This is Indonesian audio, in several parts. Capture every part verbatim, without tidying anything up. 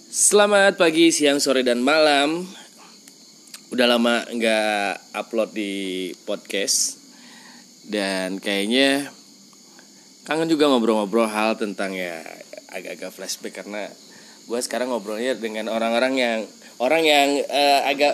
Selamat pagi, siang, sore, dan malam. Udah lama nggak upload di podcast. Dan kayaknya kangen juga ngobrol-ngobrol hal tentang ya agak-agak flashback. Karena gue sekarang ngobrolnya dengan orang-orang yang Orang yang uh, agak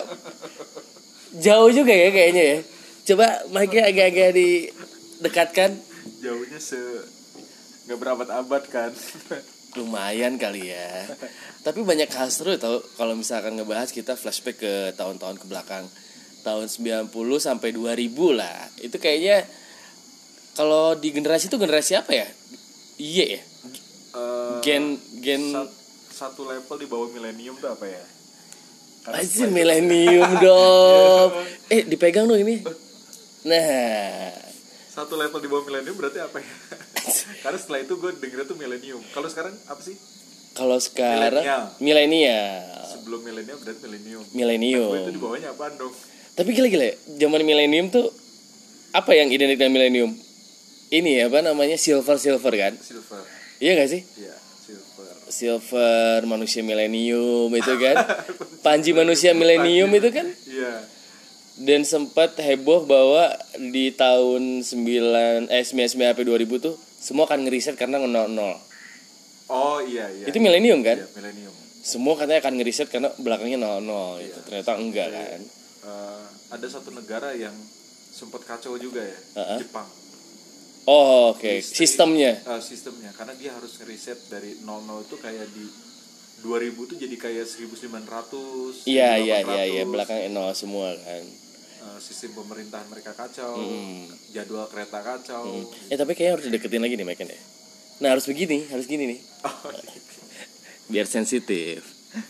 jauh juga ya kayaknya ya. Coba mic-nya agak-agak didekatkan. Jauhnya se nggak berabad-abad kan. Lumayan kali ya. Tapi banyak hal seru tau kalau misalkan ngebahas kita flashback ke tahun-tahun ke belakang. Tahun sembilan puluh sampai dua ribu lah. Itu kayaknya kalau di generasi itu generasi apa ya? Iya ya. Uh, gen gen sat, satu level di bawah milenium tuh apa ya? Masih milenium dong. Eh dipegang dong ini. Nah, satu level di bawah milenium berarti apa ya? Karena setelah itu gue dengernya tuh milenium. Kalau sekarang apa sih? Kalau sekarang milenial. Sebelum milenium berarti milenium. Milenium. Nah, gue itu di bawahnya apaan dong? Tapi gila-gila, zaman milenium tuh apa yang identik dengan milenium? Ini ya, apa namanya? Silver silver kan? Silver. Iya gak sih? Iya, silver. Silver manusia milenium itu kan. Panji manusia milenium itu kan. Iya. Dan sempat heboh bahwa di tahun sembilan eh sembilan puluh sembilan sampai dua ribu tuh semua akan ngeriset karena nol nol. Oh iya iya. Itu milenium kan? Iya, milenium. Semua katanya akan ngeriset karena belakangnya nol nol Iya. gitu. Ternyata enggak kan. Uh, ada satu negara yang sempat kacau juga ya, uh-huh. Jepang. Oh oke, okay. sistemnya. Uh, sistemnya karena dia harus ngeriset dari nol nol itu kayak di dua ribu tuh jadi kayak seribu sembilan ratus. Iya iya iya iya, belakangnya nol semua kan. Uh, sistem pemerintahan mereka kacau, hmm. jadwal kereta kacau. Hmm. Eh tapi kayaknya harus deketin lagi nih Meken ya. Nah harus begini, harus gini nih. Oh, gitu. Biar sensitif.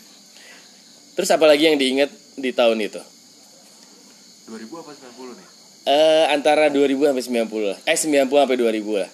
Terus apa lagi yang diingat di tahun itu? dua ribu apa sembilan puluh nih? Uh, antara dua ribu sampai sembilan puluh lah. Eh sembilan puluh sampai dua ribu lah.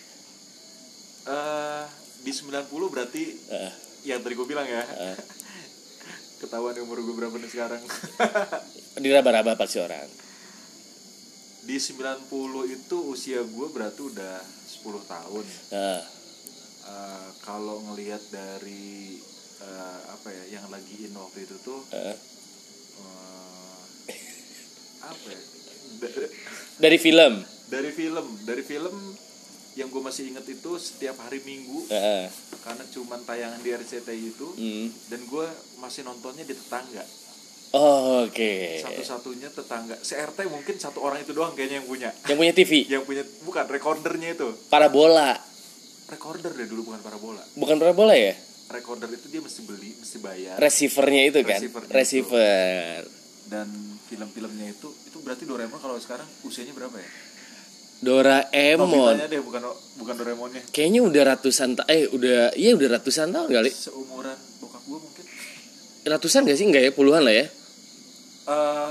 Uh, di sembilan puluh berarti uh. yang tadi gue bilang ya. Uh. Ketahuan umur gue berapa nih sekarang. Diraba-raba pasti orang. Di sembilan puluh itu usia gue berarti udah sepuluh tahun. Uh. Uh, kalau ngelihat dari uh, apa ya yang lagi in waktu itu tuh uh. Uh, apa ya? Dari film. Dari film, dari film yang gue masih inget itu setiap hari Minggu. Uh. Karena cuman tayangan di R C T I itu. Mm. Dan gue masih nontonnya di tetangga. Oh, oke. Okay. Satu-satunya tetangga. Se-R T mungkin satu orang itu doang kayaknya yang punya. Yang punya T V. Yang punya bukan recordernya itu. Parabola. Recorder deh dulu, bukan parabola. Bukan parabola ya? Recorder itu dia mesti beli, mesti bayar. Receivernya itu kan? Receiver. Itu. Dan film-filmnya itu itu berarti Doraemon kalau sekarang usianya berapa ya? Doraemon. Nobitanya deh, bukan bukan Doraemonnya. Kayaknya udah ratusan ta- eh udah iya udah ratusan tahun kali. Seumuran bokap gue mungkin. Ratusan gak sih? Enggak ya, puluhan lah ya. Uh,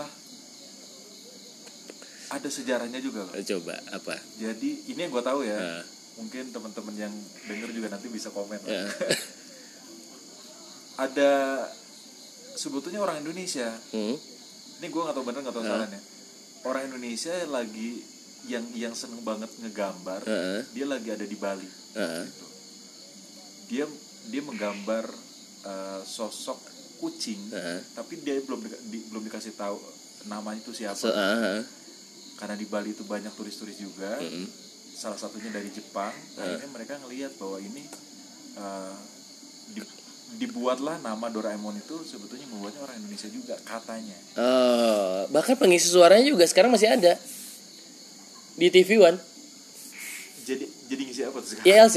ada sejarahnya juga loh. Coba apa? Jadi ini yang gue tahu ya. Uh. Mungkin teman-teman yang denger juga nanti bisa komen. Uh. Ada sebetulnya orang Indonesia. Hmm? Ini gue nggak tahu bener nggak tahu uh. salahnya. Orang Indonesia lagi yang yang seneng banget ngegambar. Uh. Dia lagi ada di Bali. Uh. Gitu. Dia dia menggambar uh, sosok kucing, uh. tapi dia belum di, di, belum dikasih tahu namanya itu siapa. So, uh. Karena di Bali itu banyak turis-turis juga. Uh. Salah satunya dari Jepang. Uh. Akhirnya mereka ngelihat bahwa ini uh, di, dibuatlah nama Doraemon itu sebetulnya membuatnya orang Indonesia juga katanya. Oh, bahkan pengisi suaranya juga sekarang masih ada di T V One. Jadi jadi ngisi apa tuh sekarang? I L C.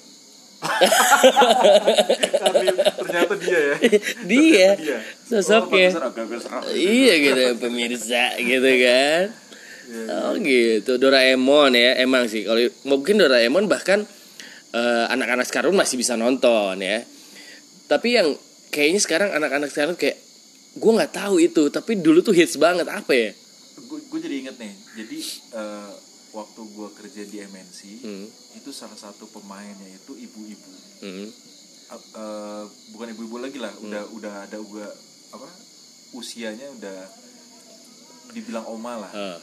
Ternyata dia ya. Dia. dia. Sosoknya. Oh, iya gitu pemirsa gitu kan. Yeah, oh gitu. Doraemon ya emang sih kalau mungkin Doraemon bahkan uh, anak-anak sekarang masih bisa nonton ya. Tapi yang kayaknya sekarang anak-anak sekarang kayak gue nggak tahu itu, tapi dulu tuh hits banget apa ya? Gue jadi inget nih. Jadi uh, waktu gue kerja di M N C hmm. itu salah satu pemainnya itu ibu-ibu. Hmm. Uh, uh, bukan ibu-ibu lagi lah, hmm. udah udah ada juga apa? Usianya udah dibilang oma lah. Uh.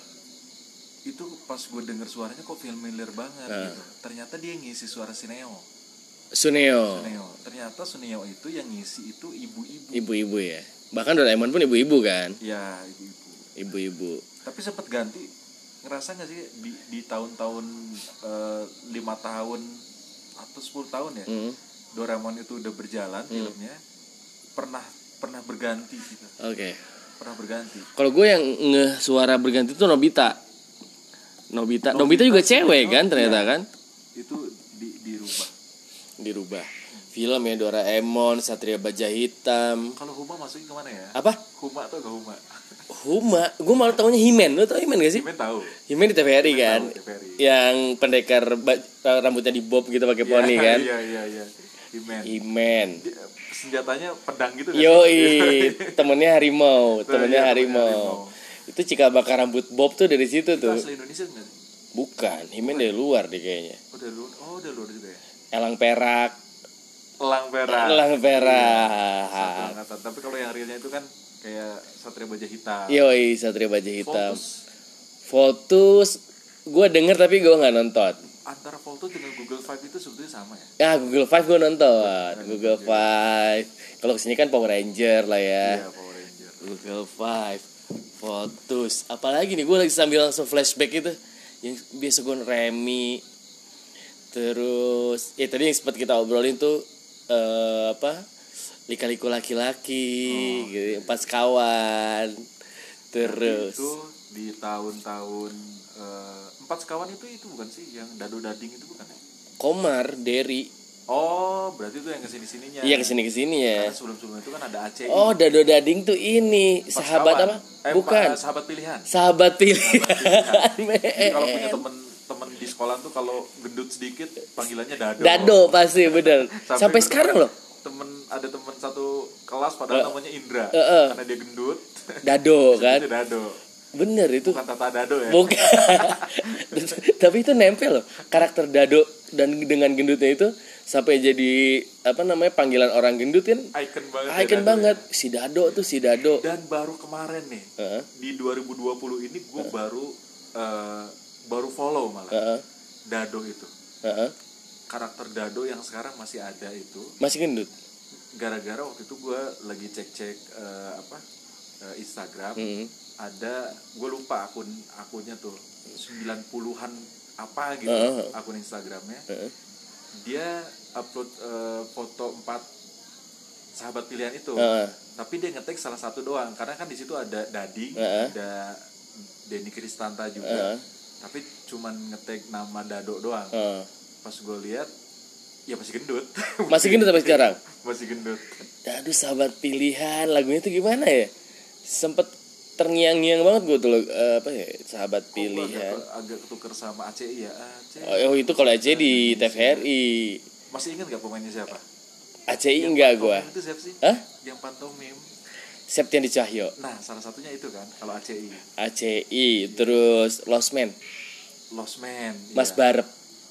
Itu pas gue denger suaranya kok familiar banget uh. gitu. Ternyata dia ngisi suara si Neo. Suneo. Suneo. Ternyata Suneo itu yang ngisi itu ibu-ibu. Ibu-ibu ya. Bahkan Doraemon pun ibu-ibu kan? Ya, ibu-ibu. Ibu-ibu. Tapi sempet ganti, ngerasa nggak sih di di tahun-tahun uh, lima tahun atau sepuluh tahun ya, mm. Doraemon itu udah berjalan mm. filmnya, pernah pernah berganti gitu. Oke. Okay. Pernah berganti. Kalau gue yang nge suara berganti itu Nobita. Nobita. Nobita, Nobita juga cewek kan ternyata ya, kan? Itu di dirubah. Dirubah. Film ya Doraemon, Satria Baja Hitam. Kalau Huma masukin kemana ya? Apa? Huma atau gak Huma? Huma, gue malah taunya Himen. Lo tau Himen gak sih? Himen tahu. Himen di T V R I kan? Tahu, T V R I. Yang pendekar rambutnya di bob gitu pakai poni ya, kan? Iya iya iya. Himen. Himen. Senjatanya pedang gitu kan? Yoi, temennya harimau, temennya harimau. harimau. Itu cikal bakal rambut bob tuh dari situ itu tuh. Asli Indonesia enggak? Bukan, Himen dari luar deh kayaknya. Oh dari luar, oh dari luar juga ya. Elang Perak. Elang Perak. Elang Perak. Iya, tapi kalau yang realnya itu kan kayak Satria Baja Hitam. Yoi, Satria Baja Hitam. Voltus. Voltus, gue denger tapi gue nggak nonton. Antara Voltus dengan Google Five itu sebetulnya sama ya? Ya Google Five gue nonton. Nah, Google Five. Kalau kesini kan Power Ranger lah ya. Iya Power Ranger. Google Five, Voltus. Apalagi nih gue lagi sambil langsung flashback itu. Yang biasa gue Remy. Terus, ya tadi yang sempat kita obrolin tuh uh, apa? Lika-liku laki-laki, oh, gitu, iya. Empat sekawan. Terus itu di tahun-tahun uh, Empat sekawan itu itu bukan sih yang Dado Dading itu bukan ya? Komar, Derry. Oh, berarti itu yang kesini sininya. Iya kesini kesini ya. Karena sebelum sebelum itu kan ada A C I. Oh, Dado Dading tuh ini Empat sahabat sekawan. Apa? Eh, bukan. Pa, sahabat pilihan. Sahabat pilihan. Sahabat pilihan. Jadi kalau punya temen temen di sekolah tuh kalau gendut sedikit panggilannya Dado. Dado pasti bener. Sampai, Sampai sekarang loh. Temen ada temen satu kelas padahal uh, namanya Indra uh, uh. karena dia gendut. Dado kan. Dado. Bener itu. Bukan Tata Dado ya. Bukan. Tapi itu nempel loh karakter Dado dan dengan gendutnya itu sampai jadi apa namanya panggilan orang gendut kan. Icon banget. Icon ya, banget ya. Si Dado tuh si Dado. Dan baru kemarin nih uh-huh. di dua ribu dua puluh ini gue uh-huh. baru uh, baru follow malah uh-huh. Dado itu. Uh-huh. Karakter Dado yang sekarang masih ada itu masih gendut gara-gara waktu itu gue lagi cek-cek uh, apa uh, Instagram mm-hmm. ada gue lupa akun akunnya tuh sembilan puluhan apa gitu uh-huh. akun Instagramnya uh-huh. dia upload uh, foto empat sahabat pilihan itu uh-huh. tapi dia nge-tag salah satu doang karena kan di situ ada Dading uh-huh. ada Denny Kristanta juga uh-huh. tapi cuman nge-tag nama Dado doang uh-huh. Pas gue lihat ya masih gendut. Masih gendut sampai sekarang? Masih gendut. Aduh sahabat pilihan, lagunya itu gimana ya? Sempet terngiang-ngiang banget gue tuh uh, apa ya? Sahabat oh, pilihan. Agak, agak ketuker sama A C I ya. A C I. Oh, oh itu kalau A C I di T V R I. Masih ingat gak pemainnya siapa? A C I enggak gue. Itu siapa sih? Hah? Yang pantomim. Septian Cahyo. Nah salah satunya itu kan kalau A C I. A C I terus Lost Man. Lost Man. Mas ya. Barep.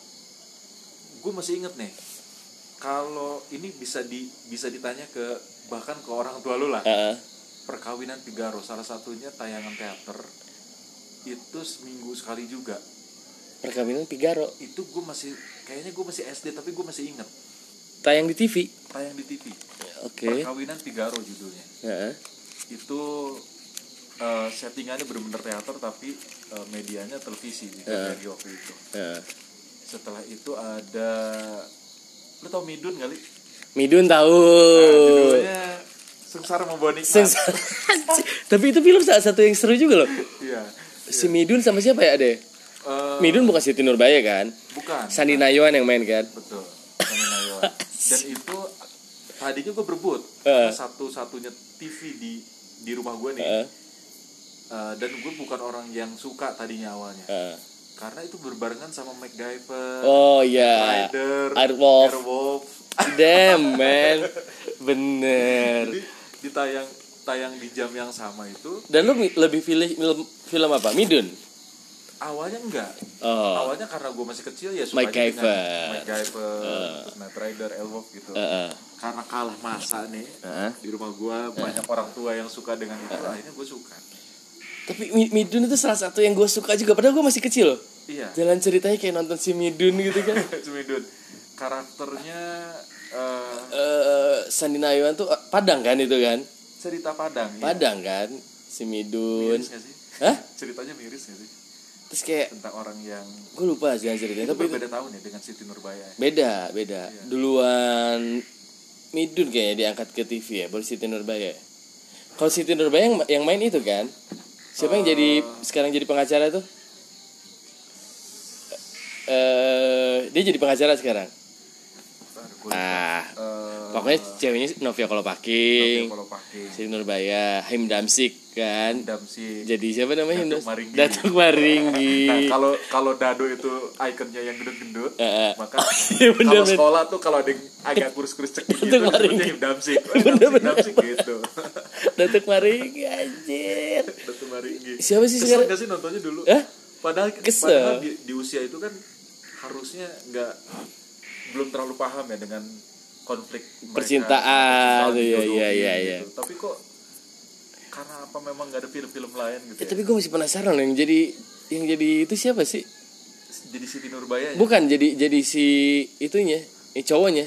Gue masih inget nih kalau ini bisa di bisa ditanya ke bahkan ke orang tua lu lah uh-uh. Perkawinan Figaro salah satunya tayangan teater itu seminggu sekali juga. Perkawinan Figaro itu gue masih kayaknya gue masih S D tapi gue masih inget tayang di T V tayang di T V oke okay. Perkawinan Figaro judulnya uh-uh. itu uh, settingannya bener-bener teater tapi uh, medianya televisi di uh-uh. dari waktu itu uh-uh. Setelah itu ada lu tau Midun kali? Midun tahu. Nah, judulnya Sengsara Membawa Nikmat. Sengsara. Tapi itu film salah satu yang seru juga loh. Iya. Si iya. Midun sama siapa ya Ade? Uh, Midun bukan Siti Nurbaya kan? Bukan. Sandi Nayawan yang main kan? Betul. Sandi Nayawan. Dan itu tadinya gue berebut uh. satu-satunya T V di di rumah gue nih. Uh. Uh, dan gue bukan orang yang suka tadinya awalnya. Uh. Karena itu berbarengan sama MacGyver, oh iya, Rider, Airwolf, Airwolf. Damn man, bener. Jadi ditayang tayang di jam yang sama itu. Dan lu lebih pilih film, film apa? Midun? Awalnya enggak. Oh. Awalnya karena gue masih kecil ya suka MacGyver, MacGyver, uh. Knight Rider, Airwolf gitu. Uh, uh. Karena kalah masa nih uh. di rumah gue uh. banyak orang tua yang suka dengan itu, uh. akhirnya gue suka. Tapi Midun itu salah satu yang gue suka juga. Padahal gue masih kecil loh. Iya. Jalan ceritanya kayak nonton si Midun gitu kan. Si Midun. karakternya uh, uh, Sandi Nayawan tuh Padang kan itu kan? Cerita Padang. Padang iya. Kan? Si Midun. Miris gak sih? Hah? Ceritanya miris gak sih? Terus kayak tentang orang yang gue lupa sih ceritanya. Tapi beda tahun ya dengan Siti Nurbaya. Beda, beda. Iya. Duluan Midun kayaknya diangkat ke T V ya, baru Siti Nurbaya. Kalau Siti Nurbaya yang, yang main itu kan? Siapa uh, yang jadi sekarang jadi pengacara tuh? Uh, dia jadi pengacara sekarang. Ah, uh, pokoknya ceweknya Novia Kolopaking, Siti Nurbaya, Haim Damsik kan. Damsik. Jadi siapa namanya? Datuk Maringgi. Datuk Maringgi. Nah, kalau kalau Dado itu ikonnya yang gendut-gendut, uh, uh. maka oh, iya, kalau sekolah tuh kalau ada yang agak kurus-kurus cekik gitu disebutnya Haim Damsik. Bener-bener Damsik gitu. Datuk Maringgi anjir. Datuk Maringgi. Siapa sih sekarang? Kesel gak sih nontonnya dulu? Eh? Padahal, padahal di, di usia itu kan harusnya nggak belum terlalu paham ya dengan konflik percintaan tuh ya ya ya ya. Gitu. Tapi kok karena apa memang nggak ada film-film lain gitu? Ya, ya? Tapi gue masih penasaran yang jadi yang jadi itu siapa sih? Jadi Siti Nurbaya. Bukan jadi jadi si itunya, ini cowoknya.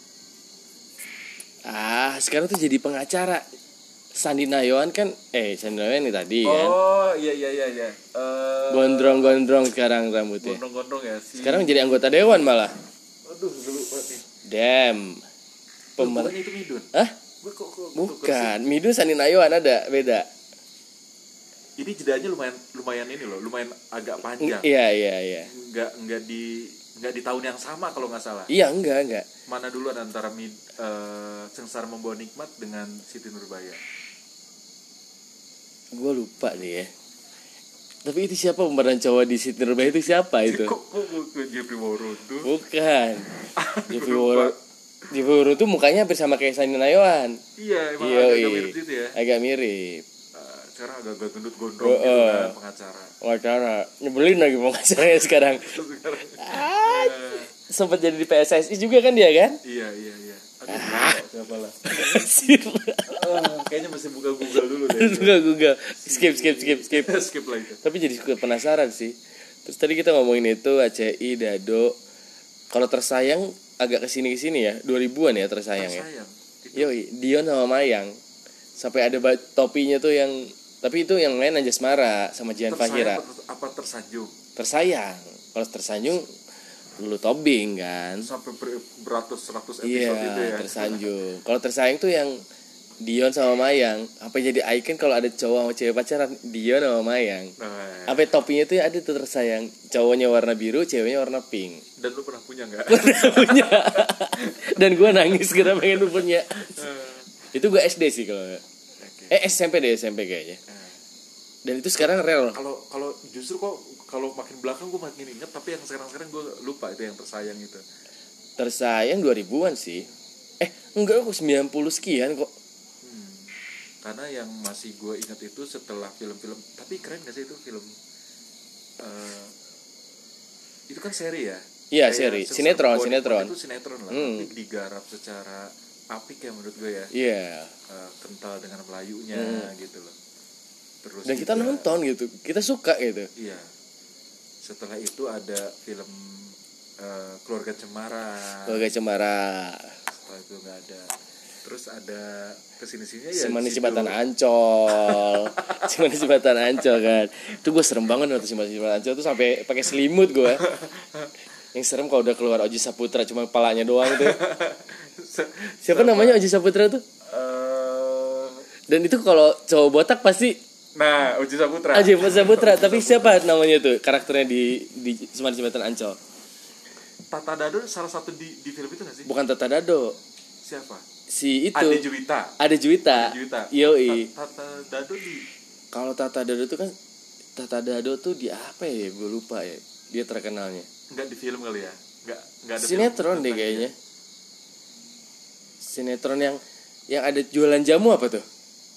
Ah sekarang tuh jadi pengacara. Sandi Nayawan kan, eh Sandi Nayawan ini tadi oh, kan. Oh iya iya iya. iya. Uh, gondrong-gondrong sekarang rambutnya. Gondrong-gondrong ya. Si... Sekarang jadi anggota dewan malah. Aduh lupa nih. Damn. Pemer... Bukan itu Midun. Hah? Kok, kok, kok, bukan, Midun Sandi Nayawan ada, beda. Ini jedanya lumayan lumayan ini loh, lumayan agak panjang. Iya iya iya. Enggak enggak di enggak di tahun yang sama kalau nggak salah. Iya enggak enggak. Mana duluan antara mid, uh, Sengsara Membawa Nikmat dengan Siti Nurbaya? Gue lupa nih ya. Tapi itu siapa pemeran cowok di Siti Nurbaya itu siapa itu? Kok kok Jeffrey Woro tuh? Bukan. Jeffrey Woro. Jeffrey Woro tuh mukanya hampir sama kayak Sandi Nayawan. Iya, emang Iyo, agak mirip gitu ya. Agak mirip. Uh, sekarang agak-agak gendut gondrong oh, gitu uh, kan pengacara. Pengacara. Nyebelin lagi pengacaranya sekarang. sekarang. Ah, uh, sempat jadi di P S S I juga kan dia kan? Iya, iya, iya. Aduh, ah. siapa lah. uh, kayaknya mesti buka Google dulu deh. Buka Google. Skip, skip, skip, skip. skip lah itu. Tapi jadi penasaran sih. Terus tadi kita ngomongin itu A C I, Dado. Kalau Tersayang agak kesini-kesini ya, dua ribuan ya Tersayang, Tersayang ya. Yoi, Dion sama Mayang. Sampai ada topinya tuh yang, tapi itu yang main Anjasmara sama Jihan Fahira. Apa Tersanjung? Tersayang. Kalau Tersanjung Lulu Tobing kan. Sampai ber- beratus-ratus episode iya, itu ya. Tersanjung. Kalau Tersayang tuh yang Dion sama Mayang. Apa jadi icon kalau ada cowok sama cewek pacaran, Dion sama Mayang. Nah, ya. Apa topinya tuh ada tuh Tersayang. Cowoknya warna biru, ceweknya warna pink. Dan lu pernah punya enggak? Pernah punya. Dan gue nangis karena pengen lu punya. Uh. Itu gue S D sih kalau. Okay. Eh S M P deh, S M P kayaknya. Uh. Dan itu sekarang rel. Kalau kalau justru kok kalau makin belakang gue makin inget, tapi yang sekarang-sekarang gue lupa itu yang Tersayang itu. Tersayang dua ribuan sih. Eh, enggak kok sembilan puluh sekian kok. Hmm. Karena yang masih gue ingat itu setelah film-film, tapi keren gak sih itu film? Uh, itu kan seri ya? Iya, seri. Sinetron, sinetron. Itu sinetron lah, hmm. tapi digarap secara apik ya menurut gue ya. Iya. Yeah. Uh, kental dengan Melayunya hmm. gitu loh. Terus dan kita juga, nonton gitu, kita suka gitu. Iya. Setelah itu ada film uh, Keluarga Cemara. Keluarga Cemara. Setelah itu nggak ada. Terus ada kesini-sininya ya. Si Manis Jembatan Ancol. Si Manis Jembatan Ancol kan. Itu gue serem banget waktu Si Manis Jembatan Ancol tuh sampai pakai selimut gue. Yang serem kalau udah keluar Oji Saputra cuma kepalanya doang tuh. Siapa namanya Oji Saputra tuh? Uh... Dan itu kalau cowok botak pasti. Nah, Oji Saputra. Oji Saputra, tapi siapa namanya tuh karakternya di di Manis Jembatan Ancol? Tata Dado salah satu di di film itu nggak sih? Bukan Tata Dado. Siapa? Si itu. Ade Juwita. Ade Juwita. Ade Juwita. Yoi. Tata Dado di. Kalau Tata Dado tuh kan Tata Dado tuh di apa ya? Gue lupa ya. Dia terkenalnya. Enggak di film kali ya? Enggak enggak ada. Sinetron deh kayaknya. Ya. Sinetron yang yang ada jualan jamu apa tuh?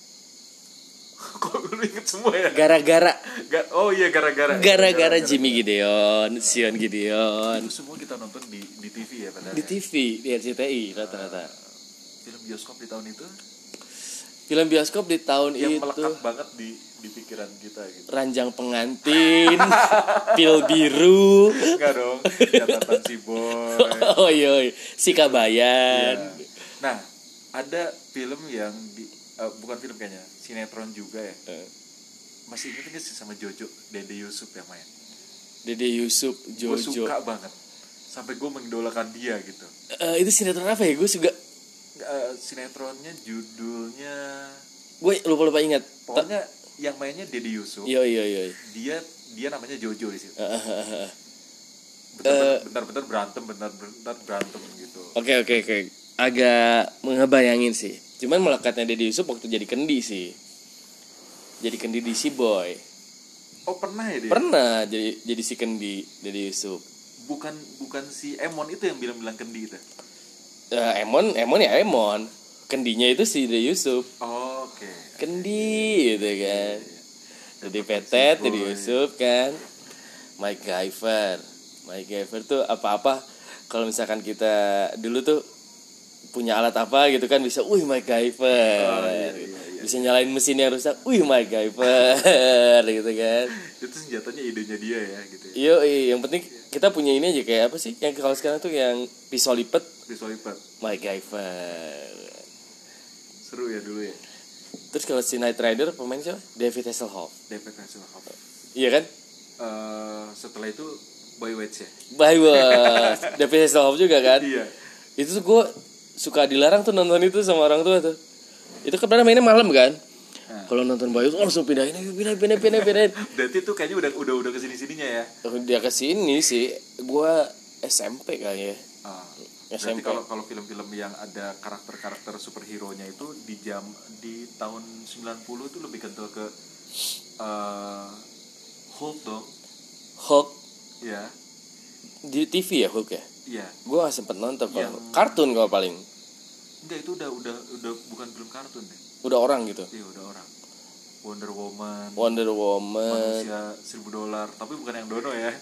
Kok lu inget semua ya? Gara-gara. Oh iya gara-gara. Gara-gara Jimmy Gideon, Sion Gideon. Itu semua kita nonton di di T V ya padahal. Di T V, di R C T I rata-rata. Uh, film bioskop di tahun itu? Film bioskop di tahun yang itu melekat banget di di pikiran kita gitu. Ranjang Pengantin, Pil Biru. Enggak dong, Catatan si Boy. Oh iya, Si Kabayan. Iya. Nah, ada film yang di uh, bukan film kayaknya, sinetron juga ya. Uh. Masih inget nggak sih sama Jojo, Dede Yusuf yang main? Dede Yusuf, Jojo. Gue suka banget, sampai gue mengidolakan dia gitu. Uh, itu sinetron apa ya? Gue juga. Uh, sinetronnya judulnya. Gue lupa lupa ingat. Pokoknya yang mainnya Dede Yusuf. Iya iya iya. Dia dia namanya Jojo di situ. Uh, uh, uh. Bentar-bentar uh, berantem, bentar-bentar berantem gitu. Oke okay, oke okay, oke. Okay. Agak ngebayangin sih. Cuman melekatnya Dede Yusuf waktu jadi kendi sih. Jadi kendi di si Boy. Oh pernah ya dia? Pernah jadi jadi si kendi Dede Yusuf. Bukan bukan si Emon itu yang bilang-bilang kendi itu. Uh, Emon Emon ya Emon. Kendinya itu si Dede Yusuf. Oh, oke. Okay. Kendi gitu kan. Jadi Petet, Dede Yusuf kan. Mike Guyver. Mike Guyver tuh apa-apa kalau misalkan kita dulu tuh punya alat apa gitu kan bisa, wih Mike Guyver. Oh, iya, iya, iya. Bisa nyalain mesin yang rusak, wih Mike Guyver gitu kan. Itu senjatanya idenya dia ya gitu. Ya? Iya, iya, yang penting kita punya ini aja kayak apa sih? Yang kalau sekarang tuh yang pisau lipat. Pisau lipat. Mike Guyver. Seru ya dulu ya. Terus kalau si Knight Rider pemain siapa? David Hasselhoff. David Hasselhoff. Iya kan? Uh, setelah itu Boy Watch ya. Boy Watch. David Hasselhoff juga kan? Iya. Itu tuh gue suka dilarang tuh nonton itu sama orang tua tuh. Itu kan pernah mainnya malam kan? Nah. Kalau nonton Boy Watch langsung pindahin, pindahin, pindahin, pindahin, pindahin. Berarti tuh kayaknya udah udah udah kesini sininya ya. Dia kesini sih. Gue S M P kayaknya. Ah. Berarti kalau kalau film-film yang ada karakter-karakter superhero-nya itu di jam di tahun sembilan puluh itu lebih kental ke uh, Hulk dong. Hulk. Iya. Di T V ya Hulk ya? Iya. Gue gak sempet nonton yang... kartun gue paling. Enggak, itu udah udah udah bukan film kartun deh. Udah orang gitu. Iya, udah orang. Wonder Woman. Wonder Woman. Manusia seribu dolar, tapi bukan yang Dono ya.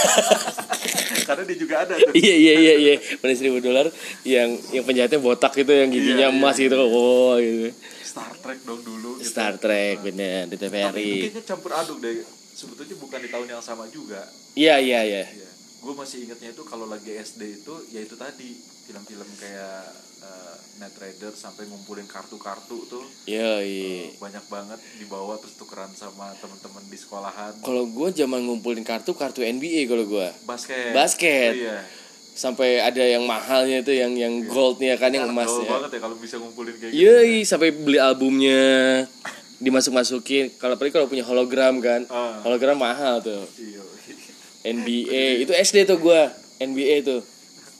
Karena dia juga ada tuh. Iya iya iya iya. Manusia seribu dolar yang yang penjahatnya botak gitu, yang giginya iya, emas iya, gitu. Iya. Oh gitu. Star Trek dong dulu. Gitu. Star Trek nah. Bener di T V R I. Tapi kayaknya campur aduk deh. Sebetulnya bukan di tahun yang sama juga. Iya iya iya. iya. Gue masih ingatnya itu kalau lagi S D itu ya itu tadi film-film kayak uh, Knight Rider sampai ngumpulin kartu-kartu tuh. Iya iya. Uh, banyak banget dibawa terus tukeran sama teman-teman di sekolahan. Kalau gue zaman ngumpulin kartu kartu N B A kalau gue. Basket. Basket. Oh, iya. Sampai ada yang mahalnya tuh yang yang iya. Goldnya kan yang emasnya. Gaul banget ya kalau bisa ngumpulin kayak gitu. Iya iya sampai beli albumnya. Dimasuk-masukin. Kalau apalagi kalau punya hologram kan. Uh. Hologram mahal tuh. Iya. N B A itu S D tuh gue. N B A tuh.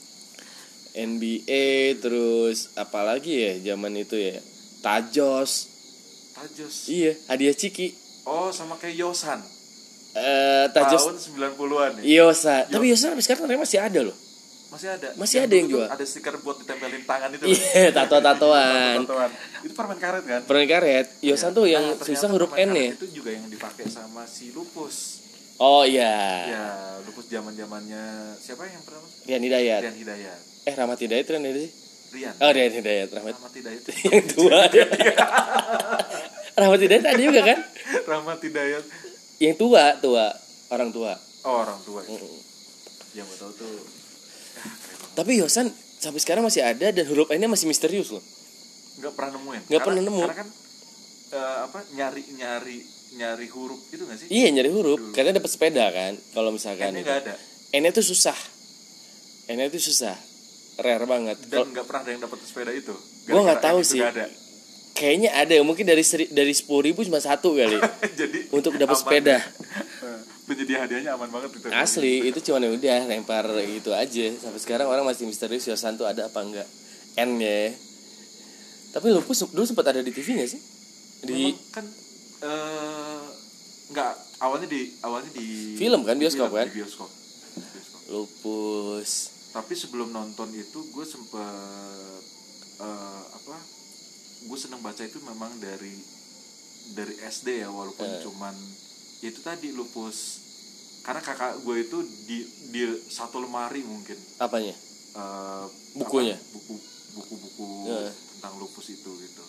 N B A terus apalagi ya zaman itu ya. Tajos. Tajos. Iya, hadiah Ciki. Oh, sama kayak Yosan. Eh, uh, Tajos tahun sembilan puluhan ya. Yosan. Yo. Tapi Yosan sampai sekarang masih ada loh. Masih ada. Masih yang ada yang jual. Ada stiker buat ditempelin tangan itu. Iya, tato-tatoan. Tato-tatoan. Itu permen karet kan? Permen karet. Yosan ya. Tuh yang nah, susah huruf N ya. Itu juga yang dipakai sama si Lupus. Oh iya. Ya, Lupus zaman-zamannya siapa yang pertama? Rian Hidayat. Rian Hidayat. Eh, Rahmat Hidayat Rian Hidayat sih? Rian. Oh, Rian Hidayat. Rahmat, Rahmat Hidayat. yang tua. Rahmat Hidayat ada juga kan? Rahmat Hidayat. Yang tua, tua, orang tua. Oh, orang tua. Ya. Mm. Yang gue tahu tuh. Tapi Yosan sampai sekarang masih ada dan huruf N-nya masih misterius loh. Enggak pernah nemuin. Enggak pernah nemu. Karena kan uh, apa nyari-nyari nyari huruf itu nggak sih? Iya nyari huruf. Dulu. Karena dapat sepeda kan. Kalau misalkan N-nya nggak ada. N-nya tuh susah. N-nya tuh susah. Rare banget. Dan nggak pernah ada yang dapat sepeda itu. Gue nggak tahu sih. Ada. Kayaknya ada. Mungkin dari seri, dari sepuluh ribu cuma satu kali. Jadi untuk dapat sepeda. Penyedia hadiahnya aman banget itu. Asli itu cuma ya udah lempar gitu aja. Sampai sekarang orang masih misterius Yosan tuh ada apa enggak N-nya. Tapi Lupus dulu sempat ada di T V nggak sih? Di memang kan uh, nggak awalnya di awalnya di film kan bioskop film, kan? Di bioskop. bioskop. Lupus. Tapi sebelum nonton itu gue sempet uh, apa? Gue seneng baca itu memang dari dari S D ya walaupun uh. cuman ya itu tadi Lupus. Karena kakak gue itu di di satu lemari mungkin. Apanya? Uh, bukunya. Apa? Buku buku-buku uh. tentang Lupus itu gitu.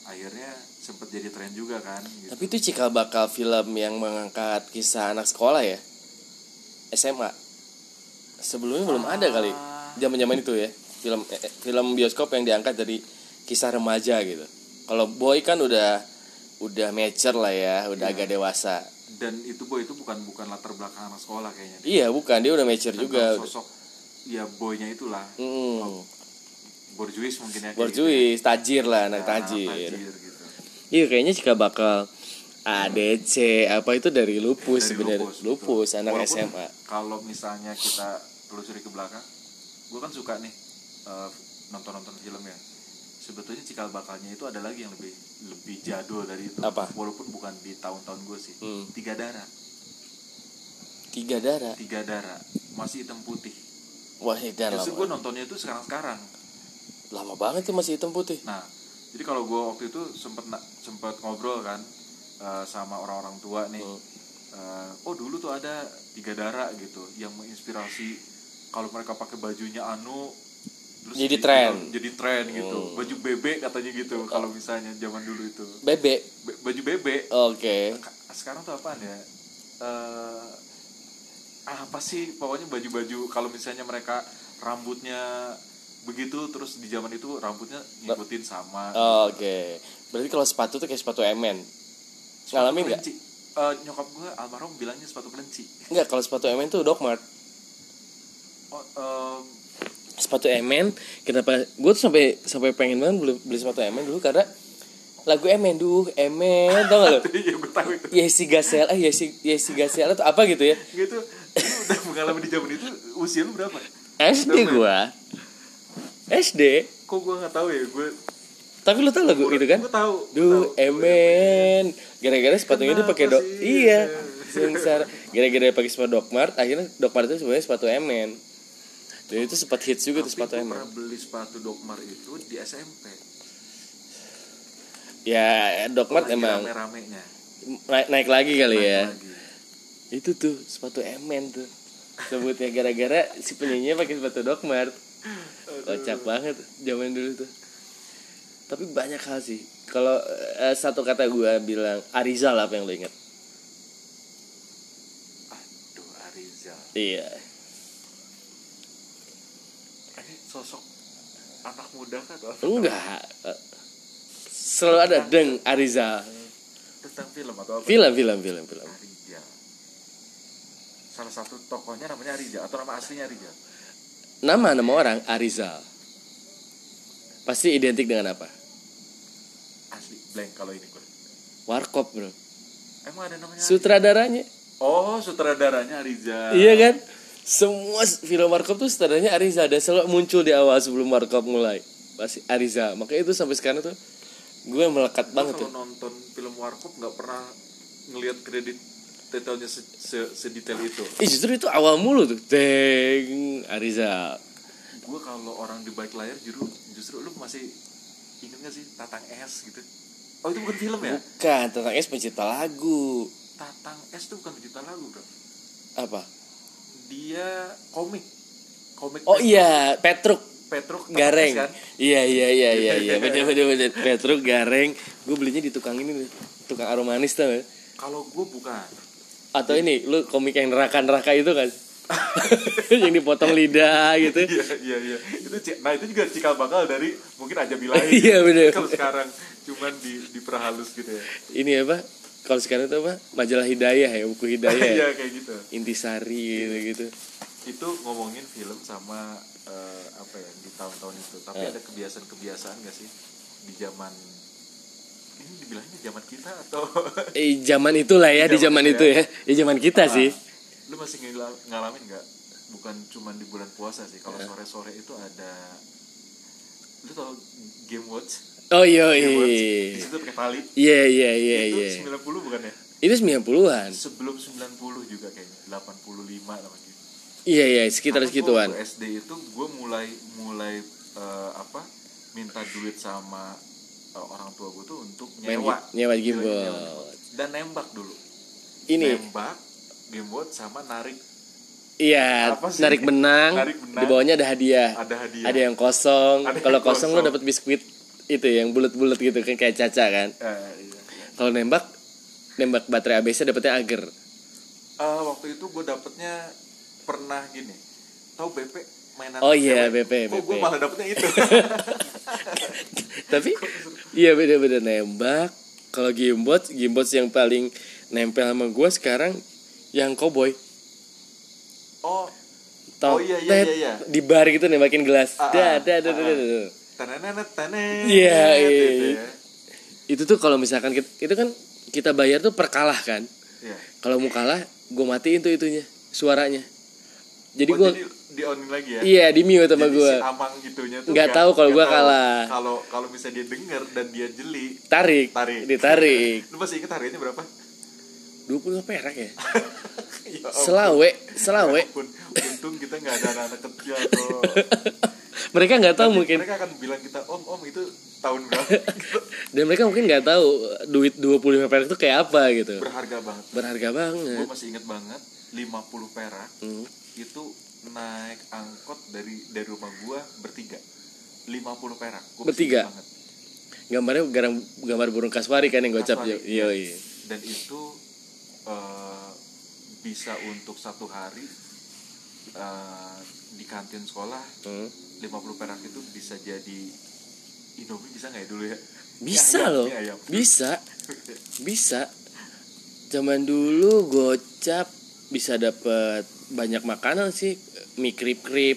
akhirnya sempet jadi tren juga kan gitu. Tapi itu cikal bakal film yang mengangkat kisah anak sekolah ya, S M A. Sebelumnya belum ah. ada kali zaman-zaman itu ya, film eh, film bioskop yang diangkat dari kisah remaja gitu. Kalau Boy kan udah udah mature lah ya, udah yeah. agak dewasa. Dan itu Boy itu bukan bukan latar belakang anak sekolah kayaknya. Iya bukan, dia udah mature dan juga. Sosok ya boynya itulah. Mm. Oh, borjuis mungkin ya. Borjuis, gitu. Tajir lah, anak ya, tajir. tajir gitu. Iya kayaknya jika bakal A D C apa itu dari Lupus sebenarnya. Lupus, lupus anak walaupun S M A. Kalau misalnya kita telusuri ke belakang, gue kan suka nih uh, nonton-nonton film ya. Sebetulnya cikal bakalnya itu ada lagi yang lebih lebih jadul dari itu. Apa? Walaupun bukan di tahun-tahun gue sih. Hmm. Tiga Darah. Tiga Darah. Tiga Darah. Masih hitam putih. Wah, itu lama. Justru gue nontonnya itu sekarang-sekarang. Lama banget tuh masih hitam putih. Nah, jadi kalau gue waktu itu sempet sempet ngobrol kan uh, sama orang-orang tua nih. Hmm. Uh, oh dulu tuh ada Tiga Darah gitu yang menginspirasi kalau mereka pakai bajunya anu terus jadi tren jadi tren gitu. Hmm. Baju bebek katanya gitu oh. Kalau misalnya zaman dulu itu. Bebek. Be- baju bebek. Oke. Okay. Sekarang tuh apaan ya? Uh, apa sih pokoknya baju-baju kalau misalnya mereka rambutnya begitu terus di zaman itu rambutnya ngikutin sama. Oh, oke. Okay. Berarti kalau sepatu tuh kayak sepatu Emen. Ngalamin enggak? Uh, nyokap gue almarhum bilangnya sepatu kelinci. Enggak, kalau sepatu Emen tuh Doc Mart. Oh, um, sepatu Emen, kenapa gue tuh sampai sampai pengen banget beli, beli sepatu Emen dulu karena lagu Emen duh, Emen tau gak lo? Iya gue tahu itu. Yesi Gasel, eh Yesi Yesi Gasel atau apa gitu ya? Gitu. Lu udah mengalami di zaman itu usia lu berapa? S D gue. S D. Kok gue nggak tahu ya gue. Tapi lu tau lagu itu kan? Gue tahu. Duh, Emen. Gara-gara sepatunya itu pakai dok. Iya. Sengsara. Gara-gara pakai sepatu Doc Mart, akhirnya Doc Mart itu sebenarnya sepatu Emen. Dan itu sempat hits juga tuh sepatu Emen. Tapi gue pernah beli sepatu Doc Mart itu di S M P. Ya, Doc Mart emang rame-ramenya. Naik, naik lagi kali naik ya. Lagi. Itu tuh sepatu Emen tuh. Sebutnya gara-gara si penyanyinya pakai sepatu Doc Mart. Kocak banget zaman dulu tuh. Tapi banyak hal sih. Kalau uh, satu kata gue bilang Arizal, apa yang lo ingat? Aduh, Arizal. Iya. Ini sosok anak muda kan? Enggak. Selalu ada deng Arizal. Tentang film atau apa? Film, film, film, film. Arizal. Salah satu tokohnya namanya Arizal atau nama aslinya Arizal? Nama nama orang Arizal. Pasti identik dengan apa? Asli blank kalau ini gue. Warkop bro. Emang ada namanya? Sutradaranya. Oh sutradaranya Arizal. Iya kan? Semua film Warkop tuh sutradaranya Arizal dan selalu muncul di awal sebelum Warkop mulai. Pasti Arizal. Makanya itu sampai sekarang tuh gue melekat gua banget tuh. Kalau nonton film Warkop nggak pernah ngelihat kredit detailnya sedetail itu. Eh justru itu awal mulu tuh. Deng Arizal. Gue kalau orang di balik layar justru justru lu masih inget gak sih Tatang Es gitu? Oh itu bukan film ya? Bukan, Tatang Es pencipta lagu. Tatang Es tuh bukan pencipta lagu bro. Apa? Dia komik. Komik. Oh Petruk. Iya, Petruk. Petruk Gareng. Kan? Iya iya iya iya iya. Bener bener bener. Petruk Gareng. Gue belinya di tukang ini nih, tukang aromanis tuh. Kalau gue bukan. Atau ini, lu komik yang neraka-neraka itu kan? Yang dipotong lidah gitu. Iya iya iya. Itu nah itu juga cikal bakal dari mungkin aja bilahi. Iya benar. Kalau sekarang cuman di diperhalus gitu ya. Ini apa? Kalau sekarang itu apa? Majalah Hidayah ya, buku Hidayah. Iya kayak gitu. Intisari gitu gitu. Itu ngomongin film sama uh, apa ya di tahun-tahun itu. Tapi uh. ada kebiasaan-kebiasaan nggak sih di zaman ini dibilangnya zaman kita atau? Eh zaman itulah ya, di zaman itu ya. Ya zaman kita ah. sih. Lu masih ngalamin nggak? Bukan cuma di bulan puasa sih. Kalau sore-sore itu ada, lu tau Game Watch? Oh iya iya. Di situ pakai tali. Iya iya iya iya. Itu sembilan puluh bukan ya? Itu sembilan puluhan. Sebelum sembilan puluh juga kayaknya, delapan puluh lima lah gitu. Iya iya, sekitar segituan. Waktu S D itu gue mulai mulai uh, apa? Minta duit sama uh, orang tua gue tuh untuk nyewa. Nyewa gimbal. Dan nembak dulu. Ini nembak Game Watch sama narik. Iya, narik benang, narik benang. Di bawahnya ada hadiah. Ada hadiah. Ada yang kosong. Kalau kosong lo dapet biskuit itu yang bulat-bulat gitu kan kayak Caca kan. Uh, iya, iya. Kalau nembak nembak baterai A B C dapetnya agar. Uh, waktu itu gue dapetnya pernah gini. Tahu B P mainan Oh iya cewek. B P Kok B P. gue malah dapetnya itu. Tapi iya beda-beda nembak. Kalau Gamebots, Gamebots yang paling nempel sama gue sekarang yang Cowboy. Oh. Tau, oh iya iya iya, iya. Di bar gitu nembakin gelas. Ah, Dah, dah, dah, ah, dah, dah, dah. Tanenet tanenet. Iya, iya. Ya. Itu tuh kalau misalkan kita, itu kan kita bayar tuh per kalah kan. Iya. Kalau mau kalah, gue matiin tuh itunya, suaranya. Jadi oh, gue di on lagi ya. Iya, di mute sama gue. Si Amang gitunya tuh nggak tahu kalau gue kalah. Kalau kalau misalnya dia denger dan dia jeli, tarik, tarik. ditarik. Lu masih inget harganya berapa? dua puluh perak ya. Ya selawe, selawe. Ya ampun, untung kita nggak ada anak-anak kecil atau mereka nggak tahu. Nanti mungkin mereka akan bilang kita om om itu tahun berapa. Dan mereka mungkin nggak tahu duit dua puluh lima perak itu kayak apa gitu. Berharga banget. Berharga banget. Gue masih inget banget lima puluh perak hmm. itu naik angkot dari dari rumah gue bertiga. lima puluh perak. Gua bertiga. Gambarnya gambar, gambar burung kasuari kan yang gocap. Iya, iya. Dan itu uh, bisa untuk satu hari uh, di kantin sekolah hmm. lima puluh perak itu bisa jadi Indomie bisa nggak ya dulu ya? Bisa ya, loh, ya, ya. bisa, bisa. Zaman dulu gocap bisa dapat banyak makanan sih, mie krip-krip.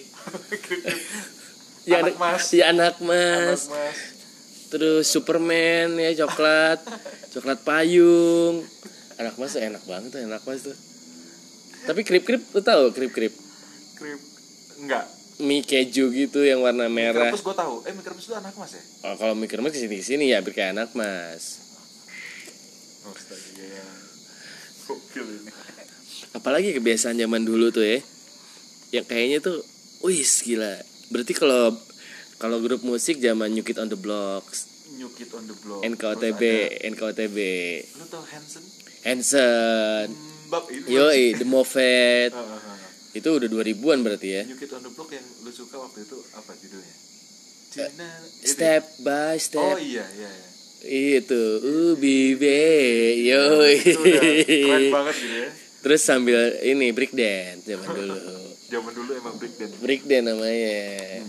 ya anak mas, ya anak mas. Anak mas. Terus Superman ya coklat, coklat payung. Anak mas tuh enak banget tuh, anak mas tuh. Tapi krip-krip lu tahu krip-krip? Krip enggak. Mie keju gitu yang warna merah. Mie krepes gue tahu. Eh mie krepes itu anak mas ya? Oh, kalau mie krepes kesini kesini ya hampir kayak anak mas. Oh, astaga ya. Gokil ini. Apalagi kebiasaan zaman dulu tuh ya. Yang kayaknya tuh, wis gila. Berarti kalau kalau grup musik zaman New Kid on the Blocks, New Kid on the Block, N K O T B, N K O T B. Lu tau Hanson? Hanson. Mbap itu. Yoi, The Moffat. uh, uh, uh. Itu udah dua ribuan berarti ya. New Kid on the Block yang lu suka waktu itu apa judulnya? Cina, step by step. Oh iya iya iya. Itu Ubi Be. Yoi. Itu udah keren banget gitu ya. Terus sambil ini break dance zaman dulu. Zaman dulu emang break dance. Break dance namanya. Hmm.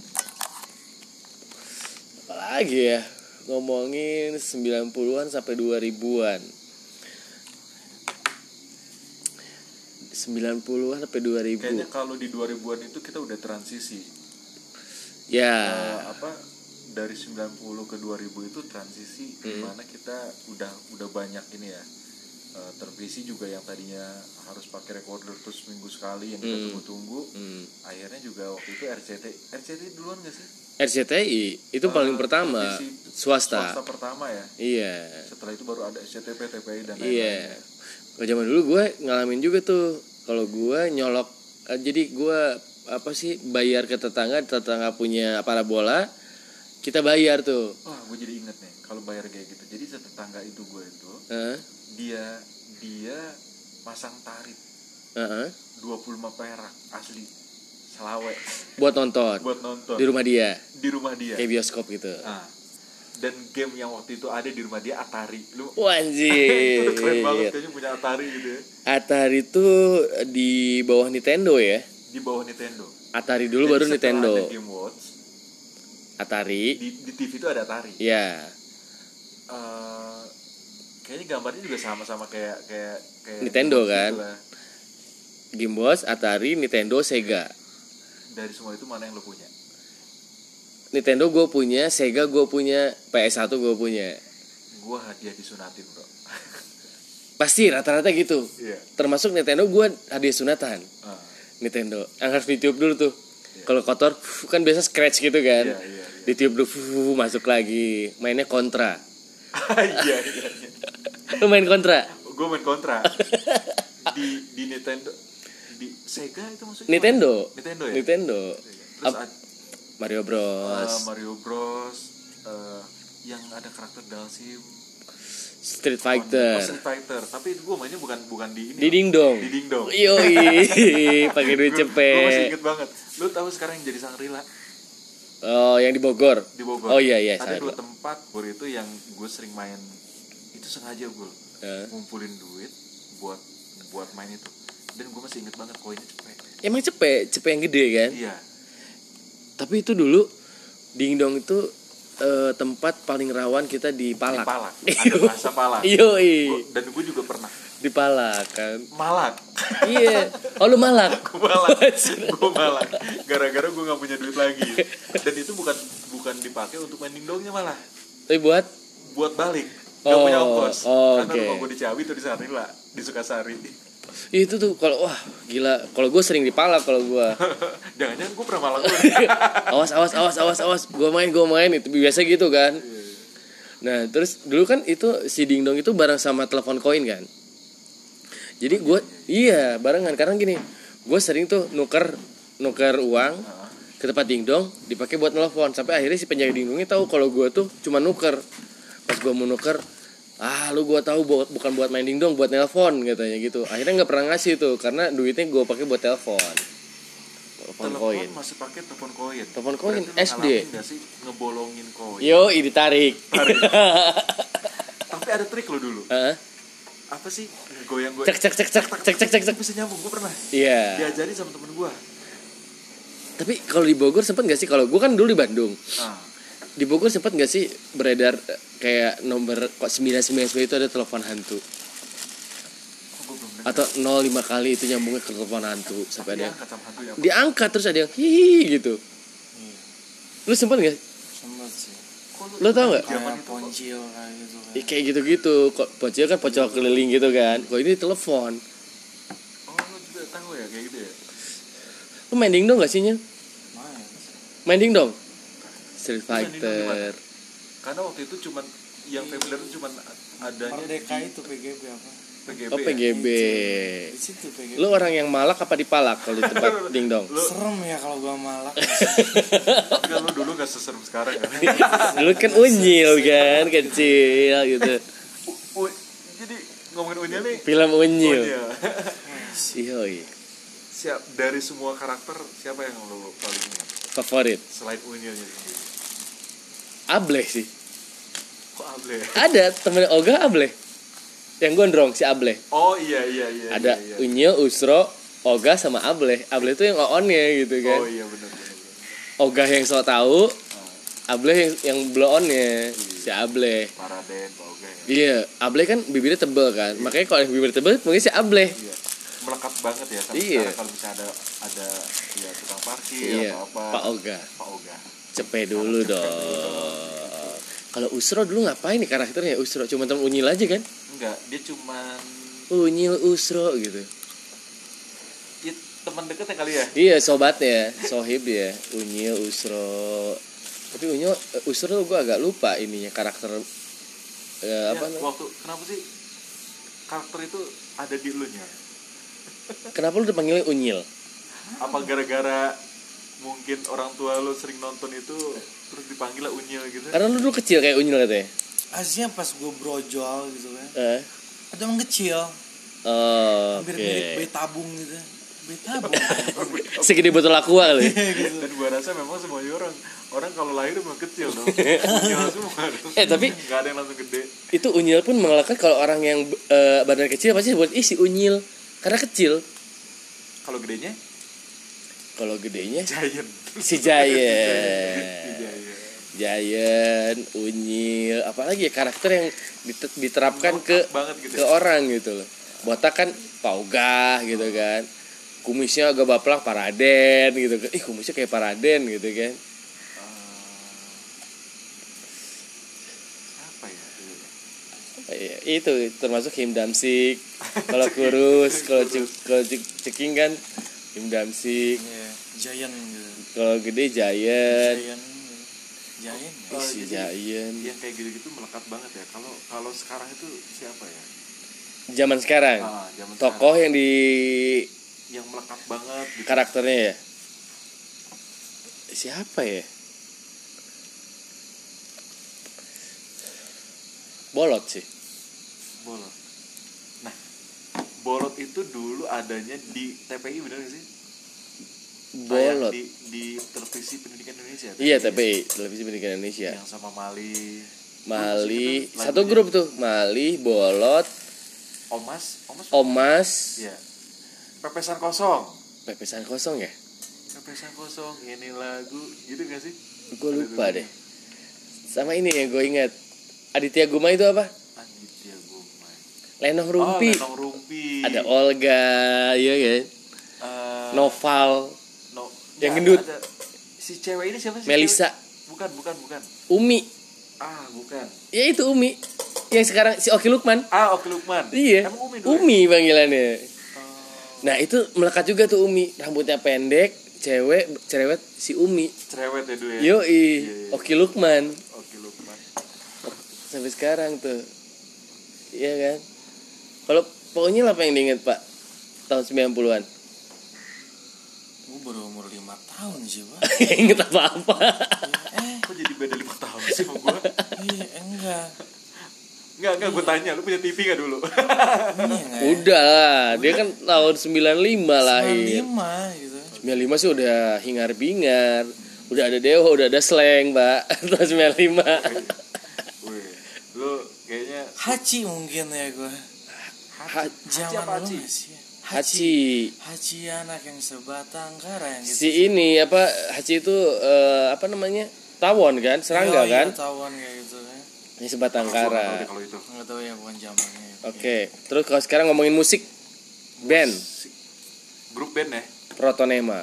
Apalagi ya, ngomongin sembilan puluhan sampai dua ribuan. sembilan puluhan sampai dua ribu. Kayaknya kalau di dua ribuan itu kita udah transisi. Ya. Uh, apa dari sembilan puluh ke dua ribu itu transisi hmm. dimana kita udah udah banyak ini ya. Uh, televisi juga yang tadinya harus pakai recorder terus seminggu sekali yang kita hmm. tunggu-tunggu. Hmm. Akhirnya juga waktu itu R C T. R C T duluan gak sih? R C T I itu uh, paling pertama swasta. Swasta pertama ya. Iya. Setelah itu baru ada S C T V, T V I dan lain-lain. Iya. Kalau zaman dulu gue ngalamin juga tuh. Kalau gue nyolok, uh, jadi gue apa sih bayar ke tetangga, tetangga punya parabola, kita bayar tuh. Wah, gue jadi inget nih kalau bayar kayak gitu. Jadi tetangga itu gue itu, uh? dia dia pasang tarif uh-huh. dua puluh lima perak asli, selawe. Buat nonton. Buat nonton. Di rumah dia. Di rumah dia. Kayak bioskop gitu. Ah. Dan game yang waktu itu ada di rumah dia Atari. Lu Wanjir. Itu keren banget kayaknya punya Atari gitu ya. Atari itu di bawah Nintendo ya? Di bawah Nintendo. Atari dulu. Jadi baru Nintendo. Ada Game Watch. Atari. Di, di T V itu ada Atari. Iya. Uh, kayaknya gambarnya juga sama-sama kayak kayak kayak Nintendo kan. Game Watch, Atari, Nintendo, Sega. Dari semua itu mana yang lo punya? Nintendo gue punya, Sega gue punya, P S satu gue punya. Gue hadiah disunatin bro. Pasti rata-rata gitu. Yeah. Termasuk Nintendo gue hadiah sunatan. Uh. Nintendo, angkat ditiup dulu tuh. Yeah. Kalau kotor, kan biasa scratch gitu kan. Yeah, yeah, yeah. Ditiup dulu, fuh, masuk lagi. Mainnya Contra. Iya iya. Lu main Contra? Gue main Contra. di di Nintendo, di Sega itu maksudnya? Nintendo. Nintendo ya. Nintendo. Terus Ap- Mario Bros. Uh, Mario Bros. Uh, yang ada karakter Dalsim. Street Fighter. Oh, Street Fighter. Tapi gue mainnya bukan bukan di ini. Di Dingdong. Di Dingdong. Yoi. Pakai duit cepet. Gue masih inget banget. Lu tahu sekarang yang jadi Sangrila? Oh, yang di Bogor. Di Bogor. Oh iya iya. Ada dua tempat Bogor itu yang gue sering main. Itu sengaja gue uh. ngumpulin duit buat buat main itu. Dan gue masih inget banget koinnya cepet. Emang cepet, cepet yang gede kan? Iya. Tapi itu dulu Dingdong itu uh, tempat paling rawan kita di Palak. Di Palak. Ada bahasa Palak. Iyo, dan gue juga pernah di Palak kan. Malak. Iya. Oh lu Malak. Gue Malak. Gue Malak. Gara-gara gue nggak punya duit lagi. Dan itu bukan bukan dipakai untuk main Dingdongnya malah. Tapi buat buat balik. Gak oh, punya ongkos. Oh, karena okay. rumah gue di Ciawi tuh di Sarila, di Sukasari. Itu tuh kalau wah gila. Kalau gue sering di Palak kalau gue. Jangan-jangan gue pernah Malak gue. awas awas awas awas awas. Gue main gue main itu biasa gitu kan. Nah terus dulu kan itu si Dingdong itu bareng sama telepon koin kan. Jadi gue iya barengan karena gini, gue sering tuh nuker nuker uang ke tempat Dingdong dipakai buat telepon sampai akhirnya si penjaga Dingdongnya tahu kalau gue tuh cuma nuker. Pas gue mau nuker, ah lu gue tahu buat bukan buat main Dingdong, buat telepon katanya gitu. Akhirnya nggak pernah ngasih tuh karena duitnya gue pakai buat telepon. Telepon koin. Masih pakai telepon koin. Telepon koin S D. Nggak sih ngebolongin koin. Yo, ini tarik. Tarik. Tapi ada trik lo dulu. Uh-huh. Apa sih goyang-goyang cek cek cek cek cek cek cek cek bisa nyambung, gue pernah iya yeah. diajarin sama temen gue. Tapi kalau di Bogor sempet nggak sih, kalau gue kan dulu di Bandung ah. Di Bogor sempet nggak sih beredar kayak nomor kok sembilan sembilan sembilan itu ada telepon hantu oh, atau nol lima kali itu nyambungnya ke telepon hantu sampai ada diangkat, hantu ya, diangkat terus ada yang hihi gitu hmm. Lu sempet nggak? Sempet sih. Lo tau nggak? Kayak poncil kayak gitu kan. Kayak gitu-gitu. Kok poncil kan pocong keliling gitu kan. Kok ini telepon. Oh, lo juga tahu ya kayak gitu ya. Lo main Dingdong gak sih Nya? Main. Main Dingdong? Street Fighter. Karena waktu itu cuman yang familiar itu cuman adanya Merdeka itu P G B apa? P G B. Oh P G B. Ya? Di situ P G B. Lu orang yang malak apa dipalak kalau di tempat Dingdong? Serem ya kalau gua malak. Tapi kan lu dulu gak seserem sekarang kan. Dulu kan unyil kan, kecil gitu. U- u- jadi ngomongin unyil nih. Film unyil. Iya. Siap dari semua karakter siapa yang lu paling favorit? Selain unyilnya sendiri. Ableh sih. Kok Ableh? Ada temen Oga Ableh. Yang gondrong si Ableh. Oh iya iya iya. Ada iya, iya. Unyil, Usro, Oga sama Ableh. Ableh itu yang on-nya gitu kan. Oh iya benar benar. Oga yang sok tahu, oh. Ableh yang yang blow-on-nya. Iya. Si Ableh. Paraden, Pak Oga ya. Iya, Ableh kan bibirnya tebel kan. Iya. Makanya kalau yang bibir tebel mungkin si Ableh. Iya. Melekat banget ya sampai iya. sekarang kalau misalnya ada ada ya tukang parkir iya. atau apa. Pak Oga. Pak Oga. Cepet dulu cepet dong. dong. Kalau Usro dulu ngapain nih karakternya Usro? Cuma temen Unyil aja kan? Enggak, dia cuman Unyil Usro gitu. Ya, teman deketnya kali ya? Iya, sobatnya, sohib dia. Unyil Usro. Tapi Unyil Usro gue agak lupa ininya karakter eh, ya, apa waktu kenapa sih karakter itu ada di lu nya? Kenapa lu dipanggilnya Unyil? Apa gara-gara mungkin orang tua lu sering nonton itu terus dipanggil lah Unyil gitu? Karena lu dulu kecil kayak Unyil katanya. Aslinya pas gue brojol gitu kan. Eh. Ada yang kecil. Oh, hampir okay. mirip bayi tabung gitu. Bayi tabung. Segede botol aqua kali. Gitu. Dan gua rasa memang semuanya orang orang kalau lahir memang kecil dong. Unyil semua dong. Eh tapi nggak ada yang langsung gede. Itu Unyil pun mengalahkan kalau orang yang uh, badan kecil pasti buat ih si Unyil karena kecil. Kalau gedenya? Kalau gedenya Giant. Si Giant. Giant, Unyil, apalagi ya karakter yang diterapkan ke gitu. Ke orang gitu loh. Botak kan Pauga gitu kan. Kumisnya agak baplak Paraden gitu kan. Ih kumisnya kayak Paraden gitu kan. Uh, apa ya? Ya, itu termasuk Him Damsik. Kalau kurus, kalau kalau ceking kan Him Damsik. Yeah, Giant gitu. Kalau gede Giant. Giant. Giant. Oh, si Giant. Yang kayak gitu-gitu melekat banget ya. Kalau kalau sekarang itu siapa ya? Zaman sekarang. Ah, zaman tokoh sekarang. yang di yang melekat banget gitu. Karakternya ya. Siapa ya? Bolot sih. Bolot. Nah, Bolot itu dulu adanya di T P I bener gak sih? Bolot. di, di televisi pendidikan Indonesia. Iya, tapi televisi pendidikan Indonesia. Yang sama Mali. Mali, Lagunya- satu grup tuh. Mali, Bolot, Omas, Omas. Omas, Iya. Pepesan kosong. Pepesan Kosong ya? Pepesan kosong, ini lagu, gitu gak sih? Gue lupa deh. Sama ini yang gue ingat. Aditya Guma itu apa? Aditya Gumai. Lenong Rumpi. Oh, Lenong Rumpi. Ada Olga, iya kan? Eh, Noval, no, yang nggak, gendut. ada. Si cewek ini siapa sih? Melisa, Cewek? Bukan, bukan, bukan. Umi. Ah, bukan. Ya itu Umi. Yang sekarang si Oki Lukman. Ah, Oki Lukman. Iya. Emang Umi dulu. ya? Umi panggilannya. Oh. Nah, itu melekat juga tuh Umi. Rambutnya pendek, cewek, cerewet si Umi. Cerewet ya dulu ya. Yoi, Iya, iya. Oki Lukman. Oki Lukman. Sampai sekarang tuh. Iya kan? Kalau pokoknya apa yang diinget, Pak? Tahun sembilan puluhan. Gue baru umur lima tahun sih, Pak. Ingat apa-apa. Eh, Kok jadi beda lima tahun sih sama gue? iya, enggak. Enggak, enggak, gue tanya, lu punya T V gak dulu? Iya, enggak. Ya? Udah lah, dia kan tahun sembilan puluh lima lahir. sembilan puluh lima gitu. sembilan puluh lima sih udah hingar-bingar. Udah ada Dewa, udah ada slang, Pak. Tahun sembilan puluh lima. Wih, lu kayaknya Haji mungkin ya gue. Haji, Haji apa Zaman lu Haji? nggak sih? Haji. Haji anak yang sebatang kara yang gitu. Si ini apa Haji itu eh, apa namanya? Tawon kan, serangga Iya, kan? iya, tawon kayak gitu kan. Ini sebatang Gua nggak tahu kara. deh kalau itu. Enggak tahu ya bukan zamannya. Oke, terus kalau sekarang ngomongin musik, band Si- Grup band ya? Protonema.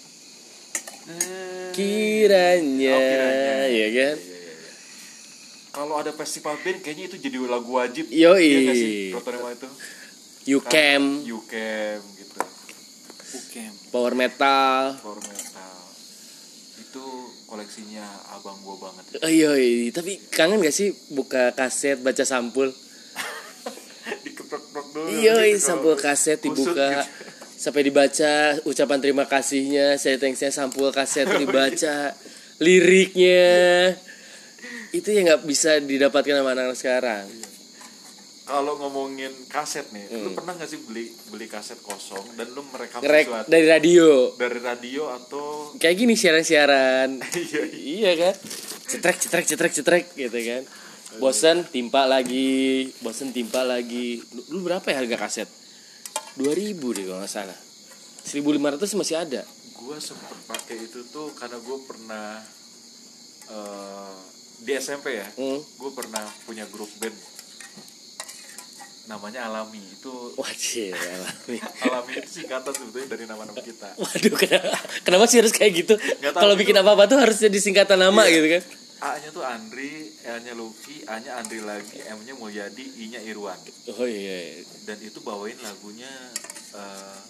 Eh, Kiranya, Oh, kiranya. ya kan? Iya, iya, iya. Kalau ada festival band kayaknya itu jadi lagu wajib. Yoi. Iya nggak sih? Protonema itu. You Cam, You Cam gitu. Bukem. Power Metal. Power metal. Itu koleksinya abang gua banget. Oh, iya, iya, tapi kangen gak sih buka kaset baca sampul? Dikeprok-prok dulu. Iya, gitu, sampul kalau kaset kusut dibuka gitu. sampai dibaca ucapan terima kasihnya, saya thanksnya sampul kaset dibaca, liriknya. Itu yang nggak bisa didapatkan sama anak sekarang. Kalau ngomongin kaset nih, Hmm. lu pernah nggak sih beli beli kaset kosong dan lu merekam Ngerek sesuatu dari radio. dari radio atau Kayak gini siaran-siaran. iya, iya. Iya kan? Cetrek cetrek cetrek cetrek gitu kan. Bosen timpa lagi, bosen timpa lagi. Lu, lu berapa ya harga kaset? dua ribu deh kalau nggak salah. seribu lima ratus masih ada. Gua sempet pakai itu tuh karena gue pernah eh, di S M P ya, Hmm. gue pernah punya grup band namanya Alami. Itu Wajib alami. Alami itu singkatan sebetulnya dari nama-nama kita. Waduh, kenapa, kenapa sih harus kayak gitu? Nggak tahu, Kalau itu- bikin apa-apa tuh harus jadi singkatan nama Iya. gitu kan? A-nya tuh Andri, L-nya Lucky, A-nya Andri lagi, M-nya Mulyadi, I-nya Irwan. Oh iya. Dan itu bawain lagunya eh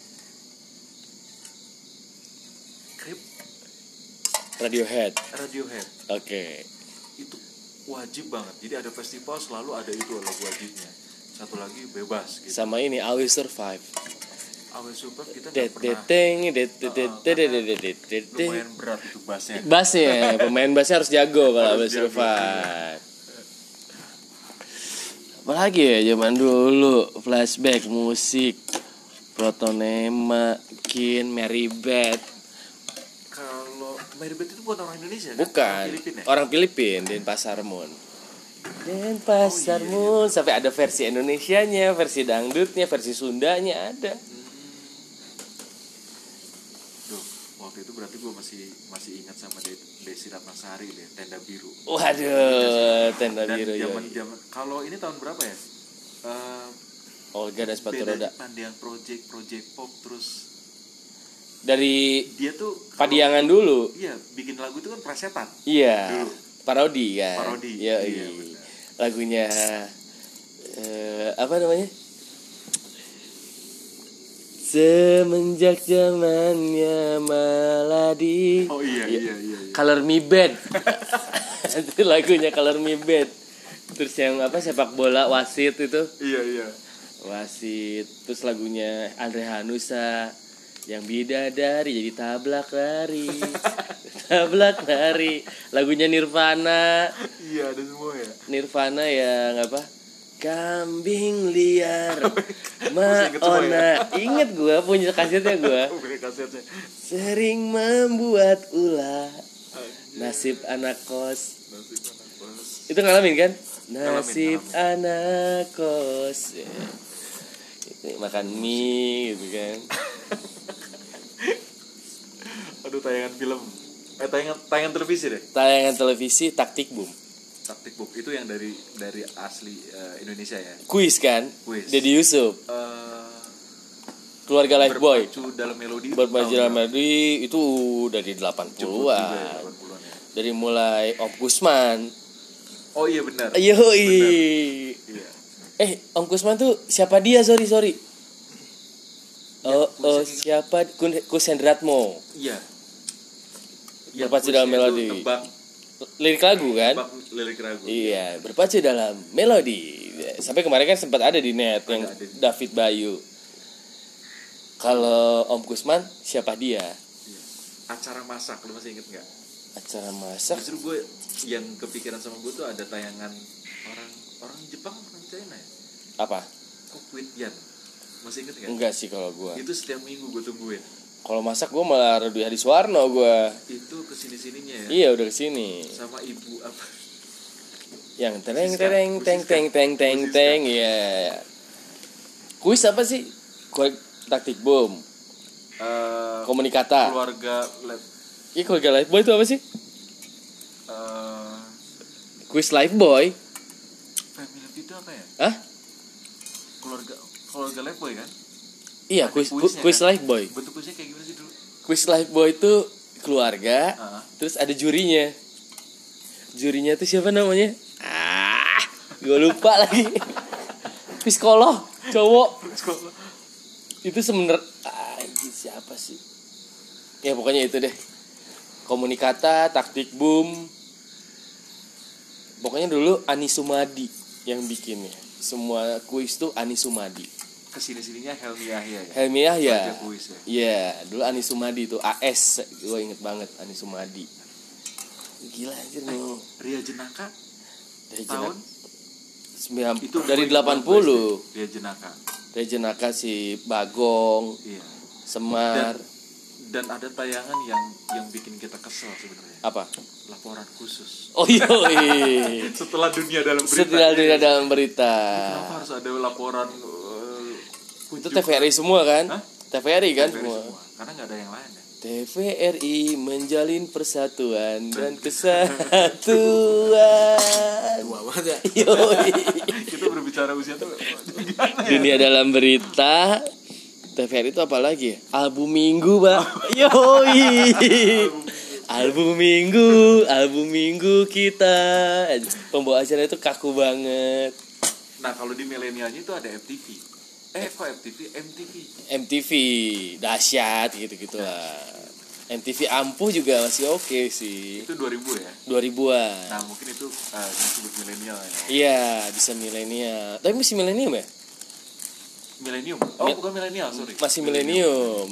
Creep Radiohead. Radiohead. Oke. Itu wajib banget. Jadi ada festival selalu ada itu lagu wajibnya. Satu lagi bebas gitu. Sama ini I Will Survive. Awal super kita Det nggak det pernah. teng det det det det det det det det det. Lumayan berat itu bassnya. Bassnya, pemain bassnya harus jago kalau Harus Will jago, Survive. Apalagi ya zaman dulu flashback musik Protonema, Kin, Mary Beth. Kalau Mary Beth itu bukan orang Indonesia kan? Bukan Orang Filipina ya? orang Filipin, Denpasar Moon. Denpasar Oh, iya, Moon sampai ada versi Indonesianya, versi dangdutnya, versi Sundanya ada. Duh, waktu itu berarti gue masih masih ingat sama De- Desi Ratnasari deh, Tenda Biru. Waduh, tenda Dan biru zaman yoi. zaman kalau ini tahun berapa ya? Eh, Olga dan sepatu bedanya roda. Pandian Project, Project Pop, terus Dari dia tuh kalau- Padiangan dulu. Iya, bikin lagu itu kan presetan. Iya. Dulu. Parodi kan. Parodi, Yoi. iya, benar. Lagunya eh, apa namanya? Semenjak zamannya Maladi. Oh iya iya iya. iya. Color Me Bad. Itu lagunya Color Me Bad. Terus yang apa sepak bola wasit itu. Iya iya. Wasit. Terus lagunya Andre Hanusa yang bidadari jadi tablak lari. Tablak lari. Lagunya Nirvana. Iya ada semua ya. Nirvana yang apa? kambing liar Maona. Ingat gue punya kasetnya gue. Sering membuat ulah nasib anak kos. Itu ngalamin kan? Nasib anak kos. Ya. Makan mie gitu kan. Aduh, tayangan film. Eh tayangan tayangan televisi deh. Tayangan televisi Taktik Boom. Taktik Boom itu yang dari dari asli uh, Indonesia ya. Kuis kan? Kuis. Deddy Yusuf. Uh, Keluarga Lifeboy. Berpacu dalam melodi. Berpacu dalam melodi itu dari delapan puluhan. Ya, delapan puluhan ya. Dari mulai Om Kusman. Oh iya benar. Yoi. Iya. Eh, Om Kusman tuh siapa dia? Sorry, sorry. Oh, ya, oh siapa? Kusendratmo. Iya. Berpacu dalam melodi. Nebak lirik lagu kan? Nebak lirik lagu. Iya, berpacu dalam melodi. Sampai kemarin kan sempat ada di net ada, yang ada. David Bayu. Kalau Om Kusman siapa dia? Iya. Acara masak, lu masih inget nggak? Acara masak. Justru gue yang kepikiran sama gue tuh ada tayangan orang orang Jepang, orang China ya. Apa? Kok Quit Yan? Masih inget nggak? Enggak sih kalau gue. Itu setiap minggu gue tungguin. Kalau masak gue malah Rudi Hadiswarno gue. Itu kesini-sininya ya? Iya udah kesini. Sama ibu apa? Yang tereng tereng teng teng teng teng teng ya. Kuis apa sih? Kuis Taktik Boom. Uh, Komunikata. Keluarga Lab. Iya keluarga Lifeboy itu apa sih? Uh, Kuis Lifeboy. Family itu apa ya? Hah? Keluarga keluarga Lifeboy kan? Iya, kuis kuis kan? Lifeboy. Bentuk kuisnya kayak gimana sih dulu? Kuis Lifeboy itu keluarga, uh-huh. Terus ada jurinya. Jurinya itu siapa namanya? Ah, gue lupa lagi. Psikolog, cowok. Psikolog. Itu sebenernya ah, siapa sih? Ya pokoknya itu deh. Komunikata, Taktik Boom. Pokoknya dulu Ani Sumadi yang bikinnya. Semua kuis tuh Ani Sumadi. Kesini-sininya Helmi Yahya ya? Helmi Yahya. Kuis ya? Iya, dulu Ani Sumadi tuh A S. Gue inget banget Ani Sumadi. Gila anjir nih. Eh, Ria Jenaka dari tahun sembilan itu dari delapan puluh. Ria Jenaka. Ria Jenaka si Bagong. Iya. Semar. Dan, dan ada tayangan yang yang bikin kita kesel sebenarnya. Apa? Laporan khusus. Oh iya. Setelah dunia dalam berita. Setelah dunia dalam berita. Kenapa harus ada laporan uh, itu T V R I semua kan? Hah? T V R I kan T V R I semua. semua. Karena nggak ada yang lain ya. T V R I menjalin persatuan dan kesatuan. Tua banget ya. Yoi. Kita berbicara usia tuh gimana ya? Dunia dalam berita. T V R I itu apa lagi? Album Minggu, Pak. Yoi. Album Minggu, album Minggu kita. Pembawa acara itu kaku banget. Nah, kalau di milenialnya itu ada F T V. Eh, kok F T V? M T V. M T V dahsyat gitu-gitulah. M T V ampuh juga masih oke okay sih. Itu dua ribu ya? dua ribuan. Nah, mungkin itu uh, disebut milenial ya. Iya, bisa milenial. Tapi masih milenium ya? Milenium. Oh, Mil- bukan milenial, sorry. Masih milenium.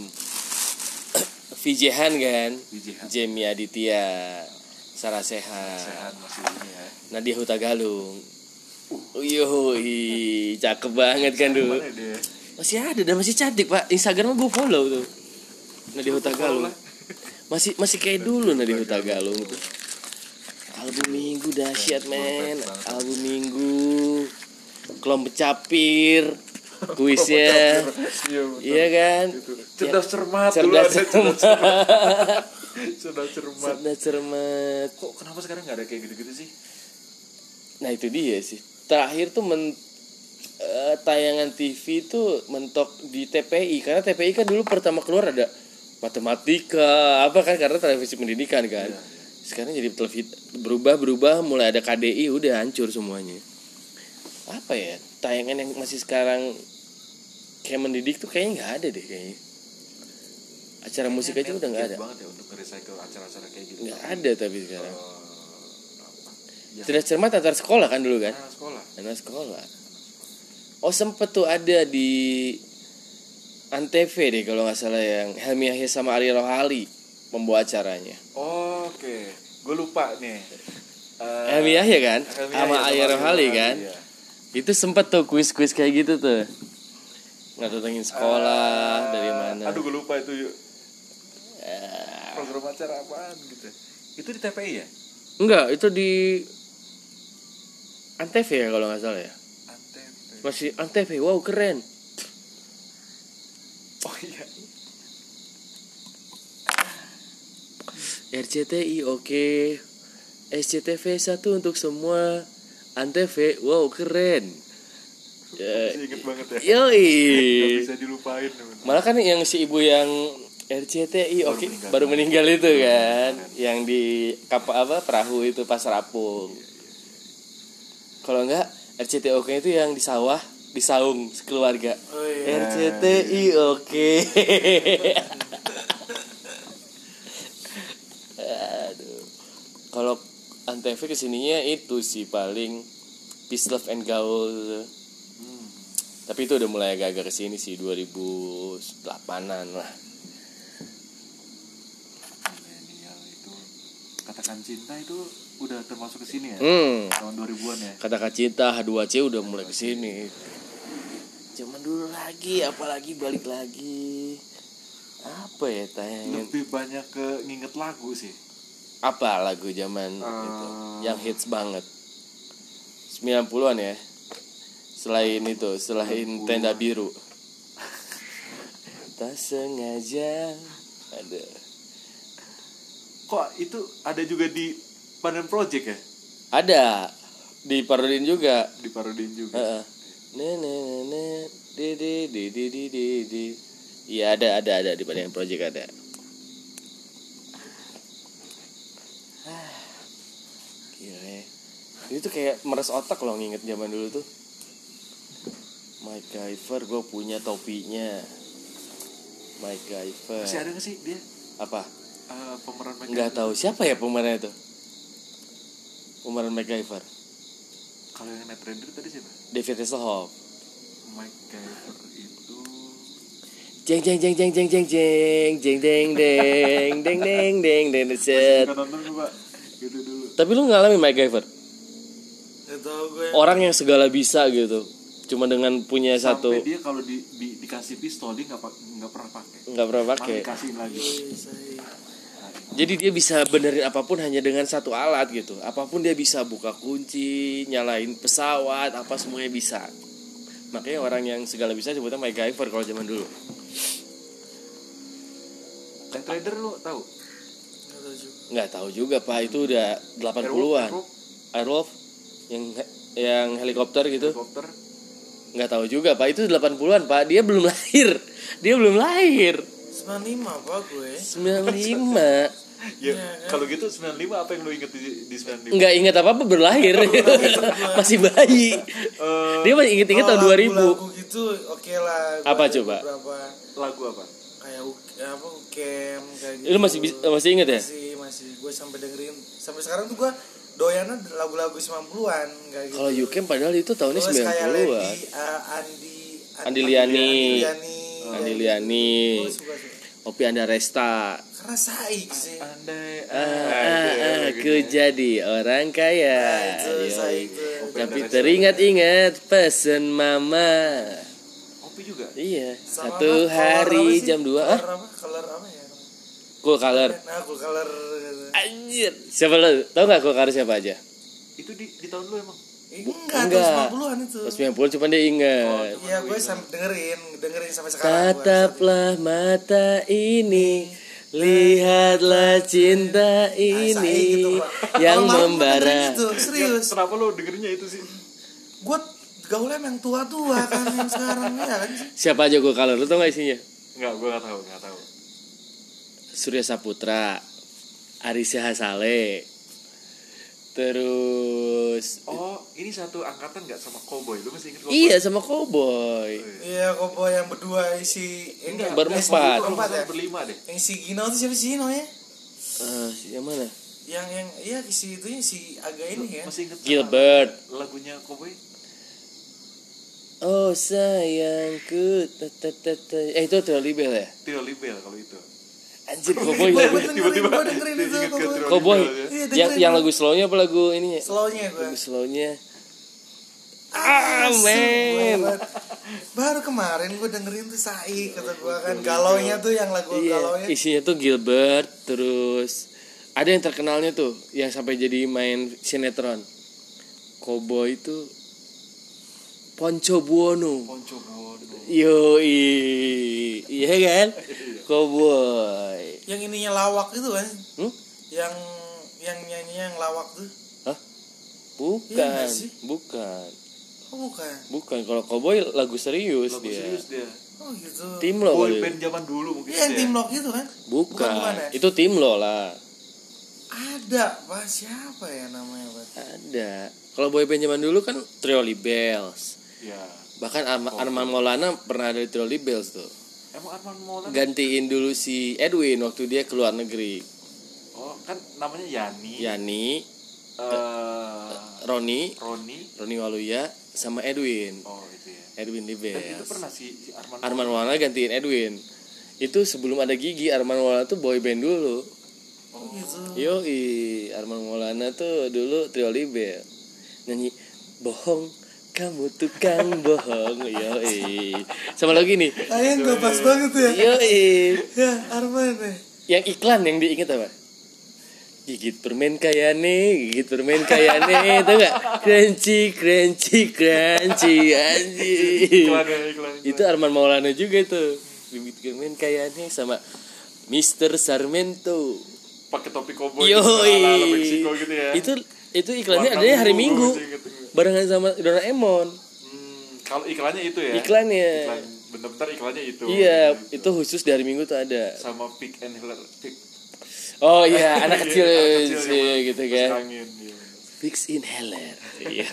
Vijehan kan? Vijehan. Jamie Aditya, Sarah Sehat. Sehat masih ini ya. Nadia Hutagalung. Uh, yoi, cakep banget kan dulu. Masih ada dan masih cantik, Pak. Instagramnya gue follow tuh. Nadia Hutagalung. Masih masih kayak dulu Nadia Hutagalung tuh. Album Minggu dahsyat, men. Album Minggu. Kelompok Capir. Kuisnya. Iya kan? Cerdas cermat. Cerdas cermat. Cerdas cermat. Cerdas cermat. Kok kenapa sekarang nggak ada kayak gitu-gitu sih? Nah itu dia sih. Terakhir tuh men, uh, tayangan T V tuh mentok di T P I. Karena T P I kan dulu pertama keluar ada matematika apa kan, karena televisi pendidikan kan. Ya, ya. Sekarang jadi televisi berubah-berubah, mulai ada K D I, udah hancur semuanya. Apa ya, tayangan yang masih sekarang kayak mendidik tuh kayaknya nggak ada deh kayaknya. Acara musik aja udah nggak ada. Banget ya untuk nge-recycle acara-acara kayak gitu. Nggak ada tapi sekarang. Uh, ya. Cerdas cermat antar sekolah kan dulu kan? Anak sekolah. Anak sekolah. Oh sempet tuh ada di Antv deh kalau nggak salah, yang Helmi Yahya sama Ari Rohali membawa acaranya. Oh, oke, okay. Gue lupa nih. Uh, Helmi Yahya kan, Helmi sama Ari Rohali kan, iya. Itu sempet tuh kuis-kuis kayak gitu tuh. Ngedatengin sekolah uh, dari mana. Aduh gue lupa itu yuk. Uh, program acara apaan gitu. Itu di T P I ya? Enggak, itu di Antv ya kalau nggak salah ya. Antv. Masih Antv, wow keren. Oh iya. R C T I oke, okay. S C T V satu untuk semua. Antv, wow keren. Ya, masih inget banget ya. Yoi. Gak bisa dilupain. Teman. Malah kan yang si ibu yang R C T I oke okay, baru meninggal itu kan, yang di kapal apa perahu itu Pasar Apung. Kalau enggak R C T I oke itu yang di sawah di saung sekeluarga. Oh, iya. R C T I oke. Aduh. Kalau Antv kesininya itu sih paling Peace Love and Gaul. Hmm. Tapi itu udah mulai agak-agak kesini sih dua ribu delapanan lah. Milenial itu Katakan Cinta itu udah termasuk kesini ya? Hmm. Tahun dua ribuan ya? Katakan Cinta, H dua C udah mulai kesini. Zaman dulu lagi, apalagi balik lagi. Apa ya tayangin? Lebih banyak ke nginget lagu sih. Apa lagu zaman uh... itu yang hits banget? sembilan puluhan ya. Selain itu, selain Tenda Biru. Tak sengaja. Ada. Kok itu ada juga di Pandan Project ya? Ada. Diparodin juga. Diparodin juga. Heeh. Nenek di di di di di di di. Iya ada ada ada di Pandan Project ada. Gila. Ini tuh kayak meres otak loh nginget zaman dulu tuh. MacGyver, gue punya topinya. MacGyver. Masih ada nggak sih dia? Apa? Uh, pemeran MacGyver. Nggak tahu siapa ya pemerannya itu. Pemeran MacGyver. Kalau yang Night Rider tadi siapa? David Hasselhoff. MacGyver itu. Jeng jeng jeng jeng jeng jeng jeng jeng deng deng deng deng deng deng set. Nonton gue pak. Gitu dulu. Tapi lu ngalamin MacGyver? Nggak tahu gue. Orang yang segala bisa gitu. Cuma dengan punya sampai satu. Sampai dia kalau di, di dikasih pistol dia nggak nggak pernah pakai. Nggak pernah pakai. Dikasihin lagi. Jadi dia bisa benerin apapun hanya dengan satu alat gitu. Apapun dia bisa buka kunci, nyalain pesawat, apa semuanya bisa. Makanya orang yang segala bisa sebutnya MacGyver kalau zaman dulu. Night Rider lu tahu? Nggak tahu juga. Nggak tahu juga pak, itu udah delapan puluhan. Airwolf yang yang helikopter gitu. Helikopter. Nggak tahu juga pak, itu delapan puluhan pak. Dia belum lahir. Dia belum lahir. sembilan puluh lima apa gue? sembilan puluh lima. Ya, ya kan? Kalau gitu sembilan puluh lima apa yang lu inget di, di sembilan puluh lima? Enggak inget apa-apa berlahir. Masih bayi. Uh, Dia masih inget-inget oh, tahun dua ribu. Lagu gitu oke okay lah. Apa coba? Beberapa lagu apa? Kayak apa Ukem kayak gitu. Lu masih masih inget ya? Masih masih gue sampai dengerin sampai sekarang tuh gue doyannya lagu-lagu sembilan puluhan kayak gitu. Kalau Ukem padahal itu tahunnya terus sembilan puluhan. Kayak uh, Andi Andi Liani. Andi Liani. Opi Anda Resta. Karena saik sih. Andai ah, aku jadi orang kaya. Nah, itu, saik, tapi teringat-ingat pesen mama. Opi juga. Iya. Sama satu hari jam dua. Color apa? Color apa ya? Cool Color. Nah, Cool Color. Anjir. Siapa lo? Tahu enggak Cool Color siapa aja? Itu di di tahun lu emang? Enggak, enggak. sembilan puluhan itu. sembilan puluhan cuma dia ingat. Oh, iya, gue sampai dengerin, dengerin sampai sekarang. Tataplah mata ini, lihatlah cinta ini nah, gitu, yang membara. Gitu, serius. Ya, kenapa lu dengerinnya itu sih? Gue gaulnya yang tua-tua kan yang sekarang ya kan. Siapa aja gue kalau lu tau gak isinya? Enggak, gue gak tahu, gak tahu. Surya Saputra, Ari Sihasale. Terus oh ini satu angkatan nggak sama Cowboy, lu masih inget Cowboy? Iya sama Cowboy. Iya Cowboy yang berdua si enggak berempat berempat ya berlima deh. Yang si Gino tuh siapa sih Gino ya? Uh, yang mana? Yang yang iya si itu si agak ini ya. Masih inget Gilbert lagunya Cowboy? Oh sayangku eh itu Trolly Bell ya? Trolly Bell kalau itu. Anjir Cowboy tiba-tiba gue dengerin itu Cowboy yang yang lagu slownya apa lagu ininya? Slownya gue. Lagu slownya. Amin. Baru kemarin gue dengerin tuh Sai kata gue kan galaunya tuh yang lagu iya, galaunya. Isinya tuh Gilbert, terus ada yang terkenalnya tuh yang sampai jadi main sinetron. Cowboy itu Ponco Buono. Ponco Buono. Yo iya kan? Cowboy. Yang ininya lawak itu kan? Hmm? Yang yang nyanyinya yang lawak tuh. Hah? Bukan. Iya sih? Bukan. Oh bukan. Bukan, kalau Cowboy lagu serius Lagu dia. serius dia. Oh gitu. Timlo Boy kali. band zaman dulu mungkin. Iya yang dia. Timlock itu kan? Bukan. Bukan, bukan ya? Itu Timlo lah. Ada, Pak. Siapa ya namanya, Pak? Ada. Kalau boy band zaman dulu kan Trio Libels. Ya. Bahkan Am- Arman Maulana pernah ada di Trio Libels tuh. Emang Arman Maulana? Gantiin dulu si Edwin waktu dia keluar negeri. Oh, kan namanya Yani. Yani, eh Roni, Roni. Roni Waluya sama Edwin. Oh, itu ya. Edwin Dan itu Libels. pernah si, si Arman. Arman Maulana gantiin Edwin. Itu sebelum ada Gigi, Arman Maulana tuh boy band dulu. Oh gitu. Yoi, Arman Maulana tuh dulu Trio Libel. Nyanyi bohong, kamu tukang bohong. Yoi. Sama lagi nih. Kayaknya gak pas banget ya. Yoi. Ya, Arman nih. Yang iklan yang diinget apa? Gigit permen kaya nih, gigit permen kaya nih, tau gak? Crunchy, crunchy, crunchy, anjing. Iklan, iklan, iklan. Itu Arman Maulana juga tuh. Gigit permen kaya nih sama mister Sarmento. Pakai topi koboi. Yoi. Ala-ala Meksiko gitu ya. Itu itu iklannya Warna adanya hari ungu, Minggu. sih, gitu. Barengan sama Doraemon. Hmm, kalau iklannya itu ya. Iklannya. Iklan bentar-bentar iklannya itu. Iya, Gitu. itu khusus di hari Minggu tuh ada. Sama Pick and Hiller, Pick. Oh iya, anak kecil, Anak kecil sih, yang gitu masuk kan. angin, iya. Fix inhaler. Iya.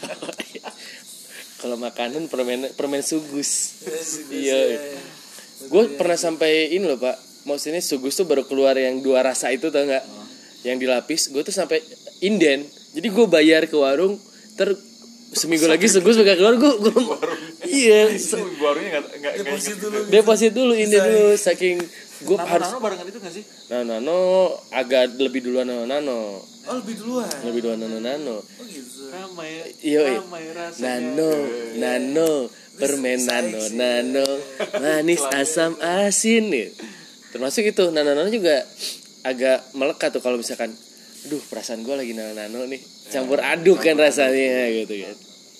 Kalau makanan permen permen sugus. Iya. Gue pernah sampai ini loh Pak. Maksudnya sugus tuh baru keluar yang dua rasa itu tau nggak? Oh. Yang dilapis. Gue tuh sampai inden. Jadi gue bayar ke warung. Ter seminggu lagi sugus bakal keluar. Gue gue. Iya. Itu barunya nggak nggak Deposit dulu. Deposit dulu inden dulu. Saking gue harus. Nano barengan itu nggak sih? Nah, nano agak lebih duluan nano nano. Oh lebih duluan. Lebih duluan nano nano. Oh gitu. Ramai, Iya, ramai rasanya. nano, nano, permen nano, nano, manis asam asin nih. Termasuk itu, nano nano juga agak melekat tuh kalau misalkan, aduh perasaan gue lagi nano nano nih, campur aduk kan rasanya gitu kan.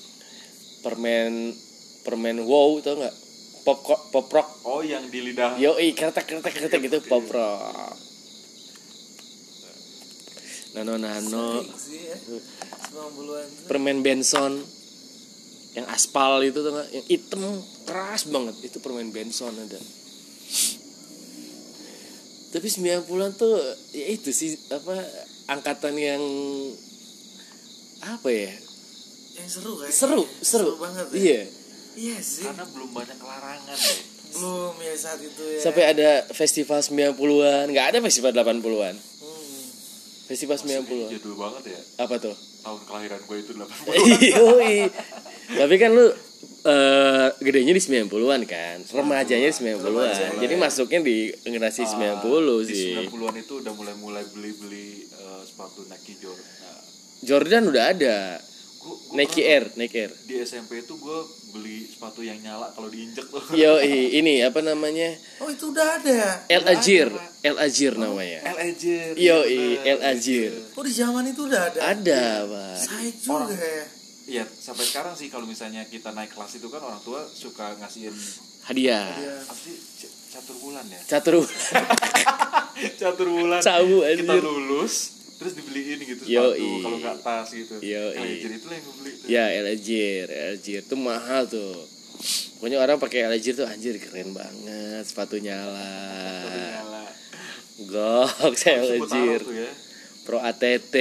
Permen, permen wow tau nggak? Pop pop rock. Oh yang di lidah. Yoi, kertek kertek kertek gitu pop rock. Nano nano. Sih ya. sembilan puluhan. Permen Benson yang aspal itu tuh nggak, yang hitam keras banget itu permen Benson ada. Tapi sembilan puluhan tuh ya itu sih apa angkatan yang apa ya? Yang seru kan? Seru, seru, banget ya. Iya. Iya sih. Karena belum banyak larangan deh. Belum ya saat itu ya. Sampai ada festival sembilan puluhan, nggak ada festival delapan puluhan. Hmm. Festival sembilan puluhan. Jadul banget ya. Apa tuh? Tahun kelahiran gue itu delapan puluh. Yoi. Tapi kan lu uh, gedenya di sembilan puluhan kan, remajanya di sembilan puluhan. Remaja. Jadi masuknya di generasi sembilan puluh Di sih. sembilan puluhan itu udah mulai-mulai beli-beli uh, sepatu Nike Jordan. Nah, Jordan udah ada. gua, gua Nike pernah Air, Nike Air. di S M P itu gue beli sepatu yang nyala kalau diinjek tuh. Yoi, ini apa namanya? Oh itu udah ada. El Ajir, El Ajir namanya. L A J. Yoi, El Ajir. Oh di zaman itu udah ada. Ada, Pak. Saik juga ya. Iya, sampai sekarang sih kalau misalnya kita naik kelas itu kan orang tua suka ngasihin Hadiah. apa sih C- catur bulan ya? Catur. Catur bulan. Sabu, Kita anjir. lulus terus dibeliin gitu Yoi. sepatu kalau nggak tas gitu. Yoi. Nah, jadi itu lah yang gue beli tuh. Ya, El Ajir, El Ajir tuh mahal tuh. Pokoknya orang pakai El Ajir tuh anjir keren banget, sepatu nyala. Nyala. Gok, saya El Sebut Arab Ajir. tuh ya. Pro A T T.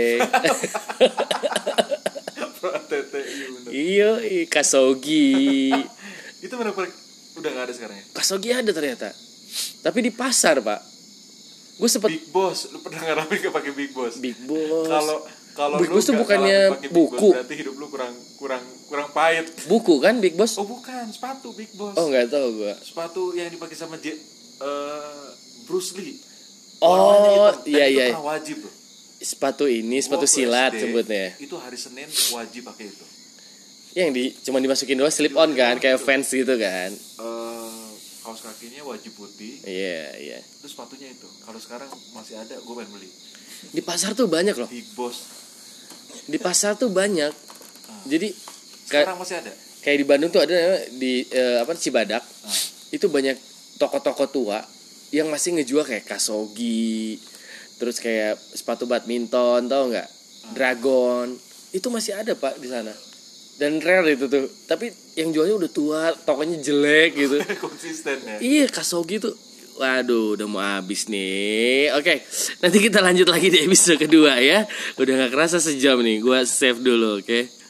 Pro A T T iya bener. Iya, i- Kasogi. Itu bener-bener udah nggak ada sekarang ya. Kasogi ada ternyata. Tapi di pasar, Pak. Gue sempet Big Boss, lu pernah ngalamin gak pakai Big Boss? Big Boss. Kalau kalau Big lu Boss tuh nggak bukannya ngalamin pakai Big Boss, buku. berarti hidup lu kurang kurang kurang pahit. Buku kan Big Boss? Oh bukan, sepatu Big Boss. Oh, nggak tahu gua. Sepatu yang dipakai sama J, uh, Bruce Lee. Oh, Warnanya hitam. Dan iya, itu iya. pernah wajib loh. Sepatu ini, sepatu Gua silat S D, sebutnya. Itu hari Senin wajib pakai itu. Yang di cuma dimasukin doang slip on kan, kayak fans gitu kan. Uh, kaos kakinya wajib putih. Iya, yeah, iya. Yeah. Terus sepatunya itu. Kalau sekarang masih ada, gue pengen beli. Di pasar tuh banyak loh. Big Boss. Di pasar tuh banyak. Uh. Jadi sekarang masih ada. Kayak di Bandung tuh ada di uh, apa Cibadak. Uh. Itu banyak toko-toko tua yang masih ngejual kayak Kasogi, terus kayak sepatu badminton, tau nggak? Uh. Dragon. Itu masih ada Pak di sana. Dan rare itu tuh. Tapi yang jualnya udah tua, tokonya jelek gitu. Konsisten ya. Iya, Kasogi tuh. Waduh, udah mau habis nih. Oke, nanti kita lanjut lagi di episode kedua ya. Udah nggak kerasa sejam nih. Gua save dulu, oke.